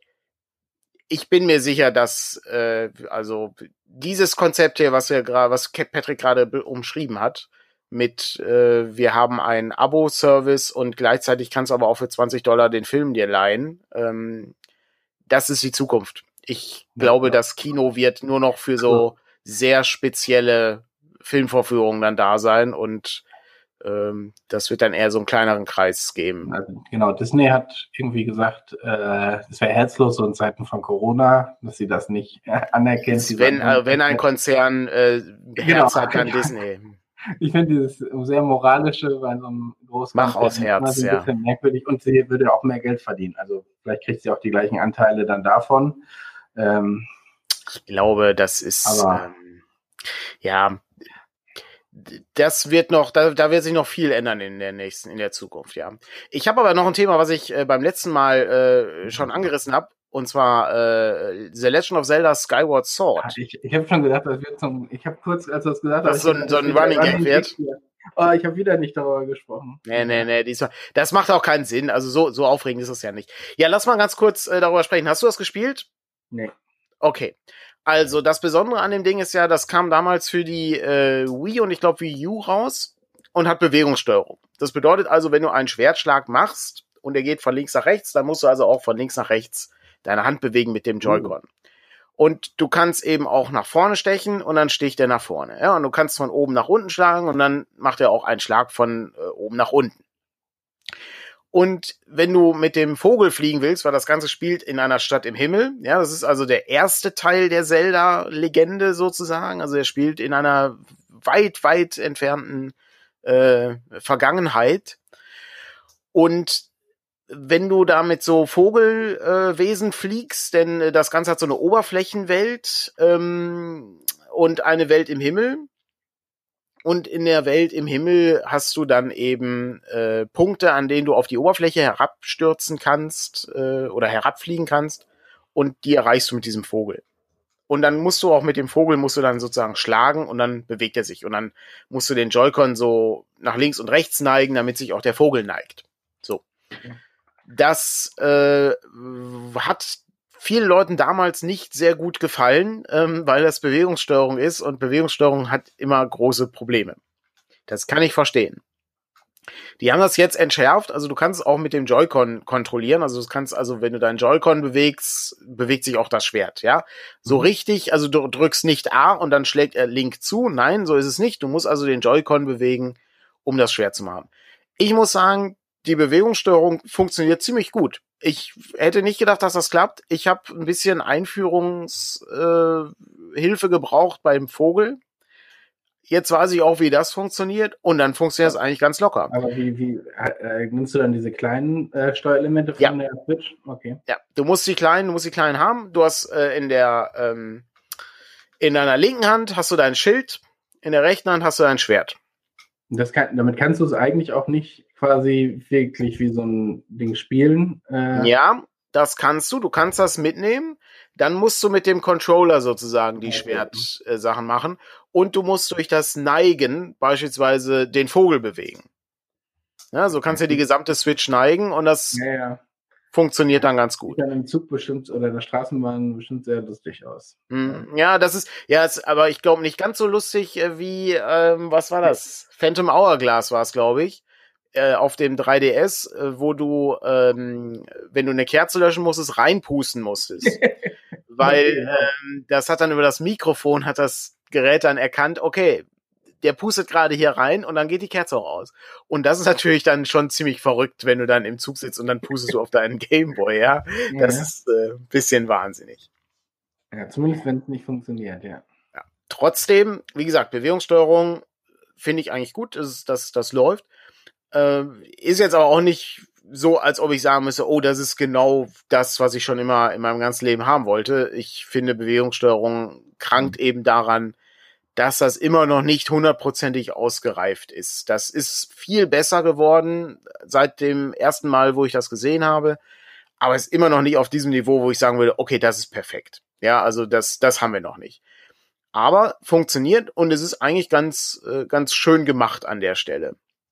ich bin mir sicher, dass äh, also dieses Konzept hier, was wir gerade, was Patrick gerade be- umschrieben hat, mit äh, wir haben einen Abo-Service und gleichzeitig kannst du aber auch für zwanzig Dollar den Film dir leihen. Ähm, das ist die Zukunft. Ich Ja, glaube, ja. das Kino wird nur noch für so sehr spezielle Filmvorführungen dann da sein und ähm, das wird dann eher so einen kleineren Kreis geben. Also, genau, Disney hat irgendwie gesagt, äh, es wäre herzlos so in Zeiten von Corona, dass sie das nicht äh, anerkennt. Sie Wenn, sagen, äh, wenn ein Konzern äh, Herz Genau. hat, dann Disney. Ich finde dieses sehr moralische bei so einem Großkonzern Mach aus Herz, immer so ein ja. bisschen merkwürdig und sie würde auch mehr Geld verdienen. Also vielleicht kriegt sie auch die gleichen Anteile dann davon. Ähm, Ich glaube, das ist Aber- ähm, ja, das wird noch, da, da wird sich noch viel ändern in der nächsten, in der Zukunft, ja. Ich habe aber noch ein Thema, was ich äh, beim letzten Mal äh, schon angerissen habe, und zwar äh, The Legend of Zelda Skyward Sword. ich ich habe schon gedacht, das wird zum. Ich habe kurz, als du das gesagt Das hast, ist so ein- ich- so ein das wird Running der Gag wird. hier. Oh, ich habe wieder nicht darüber gesprochen. Nee, nee, nee, diesmal. Das macht auch keinen Sinn. Also so, so aufregend ist es ja nicht. Ja, lass mal ganz kurz äh, darüber sprechen. Hast du das gespielt? Nee. Okay. Also, das Besondere an dem Ding ist ja, das kam damals für die äh, Wii und ich glaube Wii U raus und hat Bewegungssteuerung. Das bedeutet also, wenn du einen Schwertschlag machst und der geht von links nach rechts, dann musst du also auch von links nach rechts deine Hand bewegen mit dem Joy-Con. Und du kannst eben auch nach vorne stechen und dann sticht er nach vorne. Ja, und du kannst von oben nach unten schlagen und dann macht er auch einen Schlag von äh, oben nach unten. Und wenn du mit dem Vogel fliegen willst, weil das Ganze spielt in einer Stadt im Himmel, ja, das ist also der erste Teil der Zelda-Legende sozusagen, also er spielt in einer weit, weit entfernten äh, Vergangenheit. Und wenn du da mit so Vogelwesen äh, fliegst, denn äh, das Ganze hat so eine Oberflächenwelt ähm, und eine Welt im Himmel. Und in der Welt im Himmel hast du dann eben äh, Punkte, an denen du auf die Oberfläche herabstürzen kannst äh, oder herabfliegen kannst. Und die erreichst du mit diesem Vogel. Und dann musst du auch mit dem Vogel, musst du dann sozusagen schlagen und dann bewegt er sich. Und dann musst du den Joy-Con so nach links und rechts neigen, damit sich auch der Vogel neigt. So. Das äh, hat vielen Leuten damals nicht sehr gut gefallen, ähm, weil das Bewegungssteuerung ist und Bewegungssteuerung hat immer große Probleme. Das kann ich verstehen. Die haben das jetzt entschärft, also du kannst auch mit dem Joy-Con kontrollieren, also du kannst, also wenn du deinen Joy-Con bewegst, bewegt sich auch das Schwert, ja. So mhm. richtig, also du drückst nicht A und dann schlägt er Link zu, nein, so ist es nicht. Du musst also den Joy-Con bewegen, um das Schwert zu machen. Ich muss sagen, die Bewegungssteuerung funktioniert ziemlich gut. Ich hätte nicht gedacht, dass das klappt. Ich habe ein bisschen Einführungshilfe äh, gebraucht beim Vogel. Jetzt weiß ich auch, wie das funktioniert und dann funktioniert es eigentlich ganz locker. Aber wie, wie äh, nimmst du dann diese kleinen äh, Steuerelemente von ja. der Switch? Okay. Ja, du musst die kleinen, du musst die kleinen haben. Du hast äh, in der ähm, in deiner linken Hand hast du dein Schild, in der rechten Hand hast du dein Schwert. Das kann, damit kannst du es eigentlich auch nicht quasi wirklich wie so ein Ding spielen. Äh, ja, das kannst du. Du kannst das mitnehmen. Dann musst du mit dem Controller sozusagen die Schwertsachen äh, machen. Und du musst durch das Neigen beispielsweise den Vogel bewegen. Ja, so kannst du die gesamte Switch neigen und das ja, ja. funktioniert dann ganz gut. Sieht dann im Zug bestimmt oder der Straßenbahn bestimmt sehr lustig aus. Mm, ja, das ist, ja, ist, aber ich glaube nicht ganz so lustig wie, ähm, was war das? Phantom Hourglass war es, glaube ich. Äh, auf dem drei D S, äh, wo du, ähm, wenn du eine Kerze löschen musstest, reinpusten musstest. Weil genau. ähm, das hat dann über das Mikrofon, hat das Gerät dann erkannt, okay, der pustet gerade hier rein und dann geht die Kerze auch aus. Und das ist natürlich dann schon ziemlich verrückt, wenn du dann im Zug sitzt und dann pustest du auf deinen Gameboy, ja. Das ja. ist äh, ein bisschen wahnsinnig. Ja, zumindest wenn es nicht funktioniert, ja. ja. Trotzdem, wie gesagt, Bewegungssteuerung finde ich eigentlich gut, dass das, das läuft. Äh, ist jetzt aber auch nicht so, als ob ich sagen müsste, oh, das ist genau das, was ich schon immer in meinem ganzen Leben haben wollte. Ich finde, Bewegungssteuerung krankt mhm. eben daran, dass das immer noch nicht hundertprozentig ausgereift ist. Das ist viel besser geworden seit dem ersten Mal, wo ich das gesehen habe, aber es ist immer noch nicht auf diesem Niveau, wo ich sagen würde, okay, das ist perfekt. Ja, also das, das haben wir noch nicht. Aber funktioniert und es ist eigentlich ganz, ganz schön gemacht an der Stelle.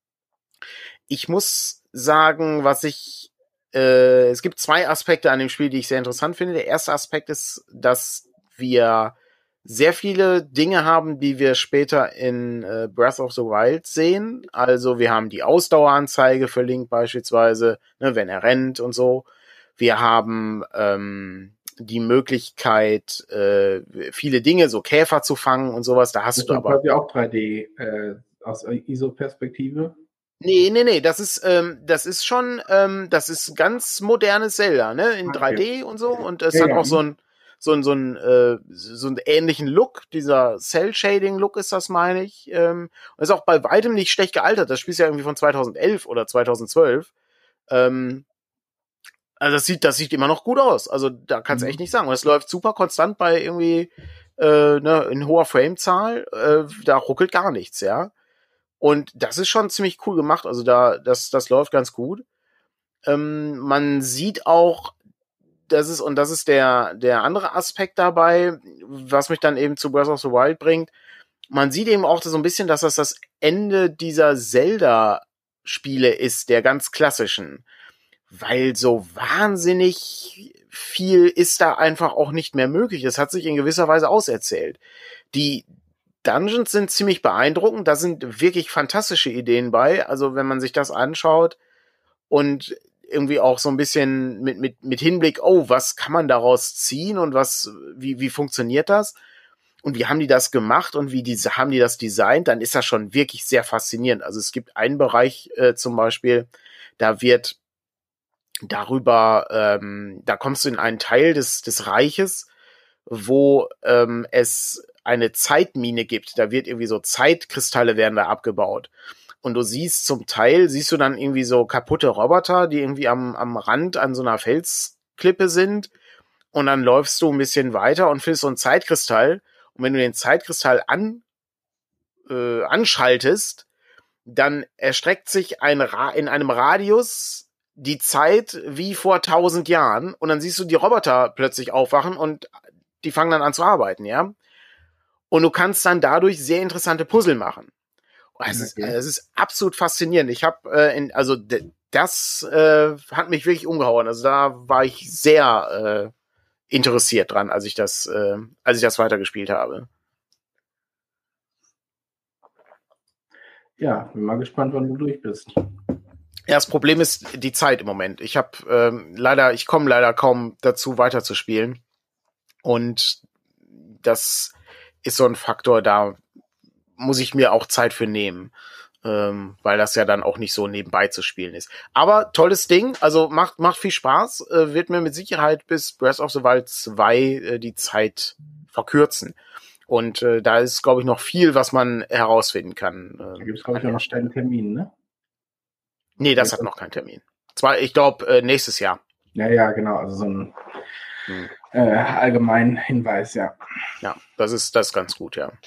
Ich muss sagen, was ich, äh, es gibt zwei Aspekte an dem Spiel, die ich sehr interessant finde. Der erste Aspekt ist, dass wir sehr viele Dinge haben, die wir später in äh, Breath of the Wild sehen. Also wir haben die Ausdaueranzeige für Link beispielsweise, ne, wenn er rennt und so. Wir haben ähm, die Möglichkeit, äh, viele Dinge, so Käfer zu fangen und sowas. Da hast das du ist aber quasi auch drei D äh, aus I S O-Perspektive. Nee, nee, nee, das ist, ähm, das ist schon, ähm, das ist ganz modernes Zelda, ne, in Okay. drei D und so, und es Ja, hat ja. auch so ein, so ein, so ein, äh, so einen ähnlichen Look, dieser Cell-Shading-Look ist das, meine ich, ähm, und ist auch bei weitem nicht schlecht gealtert, das Spiel ist ja irgendwie von zweitausendelf oder zweitausendzwölf, ähm, also das sieht, das sieht immer noch gut aus, also da kannst du Mhm. echt nicht sagen, und es läuft super konstant bei irgendwie, äh, ne, in hoher Framezahl, äh, da ruckelt gar nichts, ja. Und das ist schon ziemlich cool gemacht. Also da, das, das läuft ganz gut. Ähm, man sieht auch, das ist, und das ist der, der andere Aspekt dabei, was mich dann eben zu Breath of the Wild bringt. Man sieht eben auch so ein bisschen, dass das das Ende dieser Zelda-Spiele ist, der ganz klassischen. Weil so wahnsinnig viel ist da einfach auch nicht mehr möglich. Das hat sich in gewisser Weise auserzählt. Die Dungeons sind ziemlich beeindruckend, da sind wirklich fantastische Ideen bei, also wenn man sich das anschaut und irgendwie auch so ein bisschen mit, mit, mit Hinblick, oh, was kann man daraus ziehen und was, wie, wie funktioniert das und wie haben die das gemacht und wie die, haben die das designt, dann ist das schon wirklich sehr faszinierend. Also es gibt einen Bereich äh, zum Beispiel, da wird darüber, ähm, da kommst du in einen Teil des, des Reiches, wo ähm, es eine Zeitmine gibt. Da wird irgendwie so Zeitkristalle werden da abgebaut. Und du siehst zum Teil, siehst du dann irgendwie so kaputte Roboter, die irgendwie am, am Rand an so einer Felsklippe sind. Und dann läufst du ein bisschen weiter und findest so einen Zeitkristall. Und wenn du den Zeitkristall an, äh, anschaltest, dann erstreckt sich ein Ra- in einem Radius die Zeit wie vor tausend Jahren. Und dann siehst du die Roboter plötzlich aufwachen und die fangen dann an zu arbeiten, ja. Und du kannst dann dadurch sehr interessante Puzzle machen. Es ist, Okay. es ist absolut faszinierend. Ich habe, äh, in, also d- das äh, hat mich wirklich umgehauen. Also da war ich sehr äh, interessiert dran, als ich das, äh, als ich das weitergespielt habe. Ja, bin mal gespannt, wann du durch bist. Ja, das Problem ist die Zeit im Moment. Ich habe ähm, leider, ich komme leider kaum dazu, weiterzuspielen. Und das ist so ein Faktor, da muss ich mir auch Zeit für nehmen, ähm, weil das ja dann auch nicht so nebenbei zu spielen ist. Aber tolles Ding, also macht macht viel Spaß, äh, wird mir mit Sicherheit bis Breath of the Wild zwei äh, die Zeit verkürzen. Und äh, da ist, glaube ich, noch viel, was man herausfinden kann. Äh, Da gibt es, glaube ich, an auch der noch keinen Termin, ne? Nee, das hat noch keinen Termin. Zwar, ich glaube, äh, nächstes Jahr. Ja, ja, genau. Also so ein Hm. äh, allgemeinen Hinweis, ja. Ja, das ist das ist ganz gut, ja.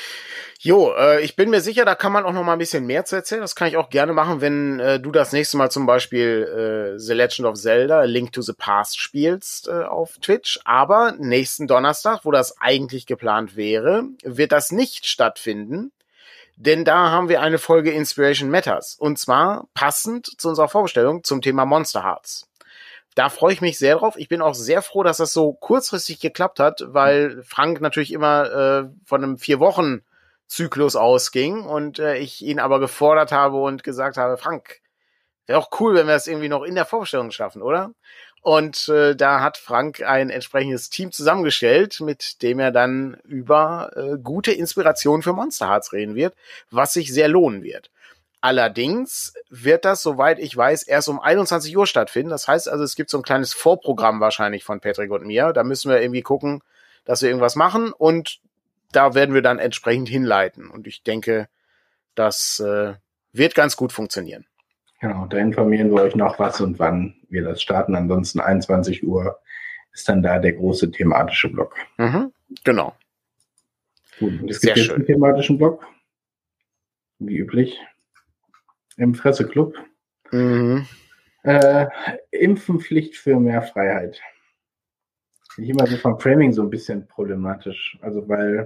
Jo, äh, ich bin mir sicher, da kann man auch noch mal ein bisschen mehr zu erzählen. Das kann ich auch gerne machen, wenn äh, du das nächste Mal zum Beispiel äh, The Legend of Zelda, A Link to the Past spielst äh, auf Twitch. Aber nächsten Donnerstag, wo das eigentlich geplant wäre, wird das nicht stattfinden. Denn da haben wir eine Folge Inspiration Matters. Und zwar passend zu unserer Vorstellung zum Thema Monster Hearts. Da freue ich mich sehr drauf. Ich bin auch sehr froh, dass das so kurzfristig geklappt hat, weil Frank natürlich immer äh, von einem Vier-Wochen-Zyklus ausging und äh, ich ihn aber gefordert habe und gesagt habe, Frank, wäre auch cool, wenn wir das irgendwie noch in der Vorstellung schaffen, oder? Und äh, da hat Frank ein entsprechendes Team zusammengestellt, mit dem er dann über äh, gute Inspiration für Monster Hearts reden wird, was sich sehr lohnen wird. Allerdings wird das, soweit ich weiß, erst um einundzwanzig Uhr stattfinden. Das heißt also, es gibt so ein kleines Vorprogramm wahrscheinlich von Patrick und mir. Da müssen wir irgendwie gucken, dass wir irgendwas machen und da werden wir dann entsprechend hinleiten. Und ich denke, das äh, wird ganz gut funktionieren. Genau, da informieren wir euch noch, was und wann wir das starten. Ansonsten einundzwanzig Uhr ist dann da der große thematische Block. Mhm, genau. Gut, und es Sehr gibt jetzt schön. einen thematischen Blog, wie üblich, im Fresseclub. Mhm. Äh, Impfenpflicht für mehr Freiheit. Finde ich immer so vom Framing so ein bisschen problematisch. Also, weil,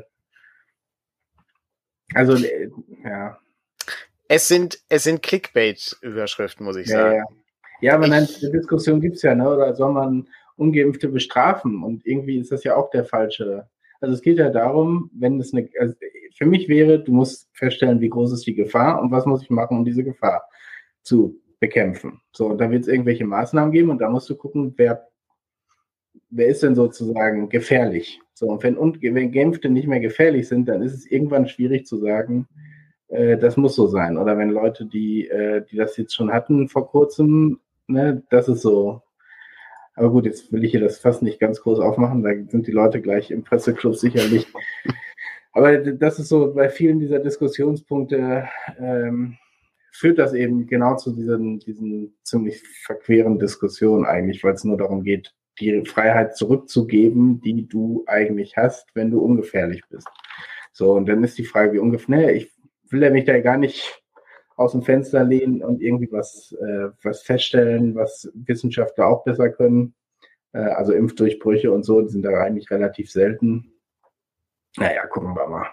also, äh, ja. Es sind, es sind Clickbait-Überschriften, muss ich Ja, sagen. ja. Ja, aber nein, Ich- die Diskussion gibt's ja, ne? Oder soll man Ungeimpfte bestrafen? Und irgendwie ist das ja auch der falsche. Also es geht ja darum, wenn es eine, also für mich wäre, du musst feststellen, wie groß ist die Gefahr und was muss ich machen, um diese Gefahr zu bekämpfen. So, und da wird es irgendwelche Maßnahmen geben und da musst du gucken, wer, wer ist denn sozusagen gefährlich. So, und wenn, und wenn Geimpfte nicht mehr gefährlich sind, dann ist es irgendwann schwierig zu sagen, äh, das muss so sein. Oder wenn Leute, die, äh, die das jetzt schon hatten vor kurzem, ne, das ist so. Aber gut, jetzt will ich hier das fast nicht ganz groß aufmachen, da sind die Leute gleich im Presseclub sicherlich. Aber das ist so, bei vielen dieser Diskussionspunkte ähm, führt das eben genau zu diesen, diesen ziemlich verqueren Diskussionen eigentlich, weil es nur darum geht, die Freiheit zurückzugeben, die du eigentlich hast, wenn du ungefährlich bist. So, und dann ist die Frage, wie ungefähr, ich will ja mich da gar nicht aus dem Fenster lehnen und irgendwie was, äh, was feststellen, was Wissenschaftler auch besser können. Äh, also Impfdurchbrüche und so, die sind da eigentlich relativ selten. Naja, gucken wir mal.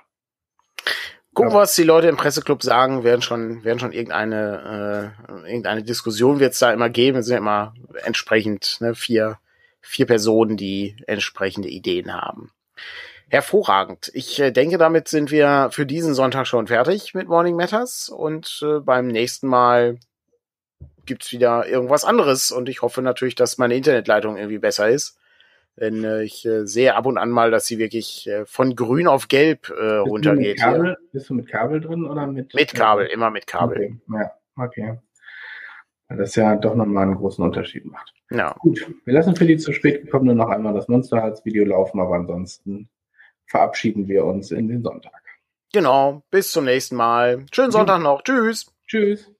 Gucken, was die Leute im Presseclub sagen, werden schon, werden schon irgendeine, äh, irgendeine Diskussion wird es da immer geben. Es sind ja immer entsprechend ne, vier, vier Personen, die entsprechende Ideen haben. Hervorragend. Ich äh, denke, damit sind wir für diesen Sonntag schon fertig mit Morning Matters und äh, beim nächsten Mal gibt's wieder irgendwas anderes und ich hoffe natürlich, dass meine Internetleitung irgendwie besser ist. Denn äh, ich äh, sehe ab und an mal, dass sie wirklich äh, von grün auf gelb äh, runtergeht. Bist du, mit Kabel, hier. bist du mit Kabel drin oder mit? Mit Kabel, äh, immer mit Kabel. Okay, ja, okay. Weil das ja doch nochmal einen großen Unterschied macht. Ja. Gut, wir lassen für die zu spät gekommenen noch einmal das Monsterherz-Video laufen, aber ansonsten verabschieden wir uns in den Sonntag. Genau, bis zum nächsten Mal. Schönen Sonntag noch. Tschüss. Tschüss.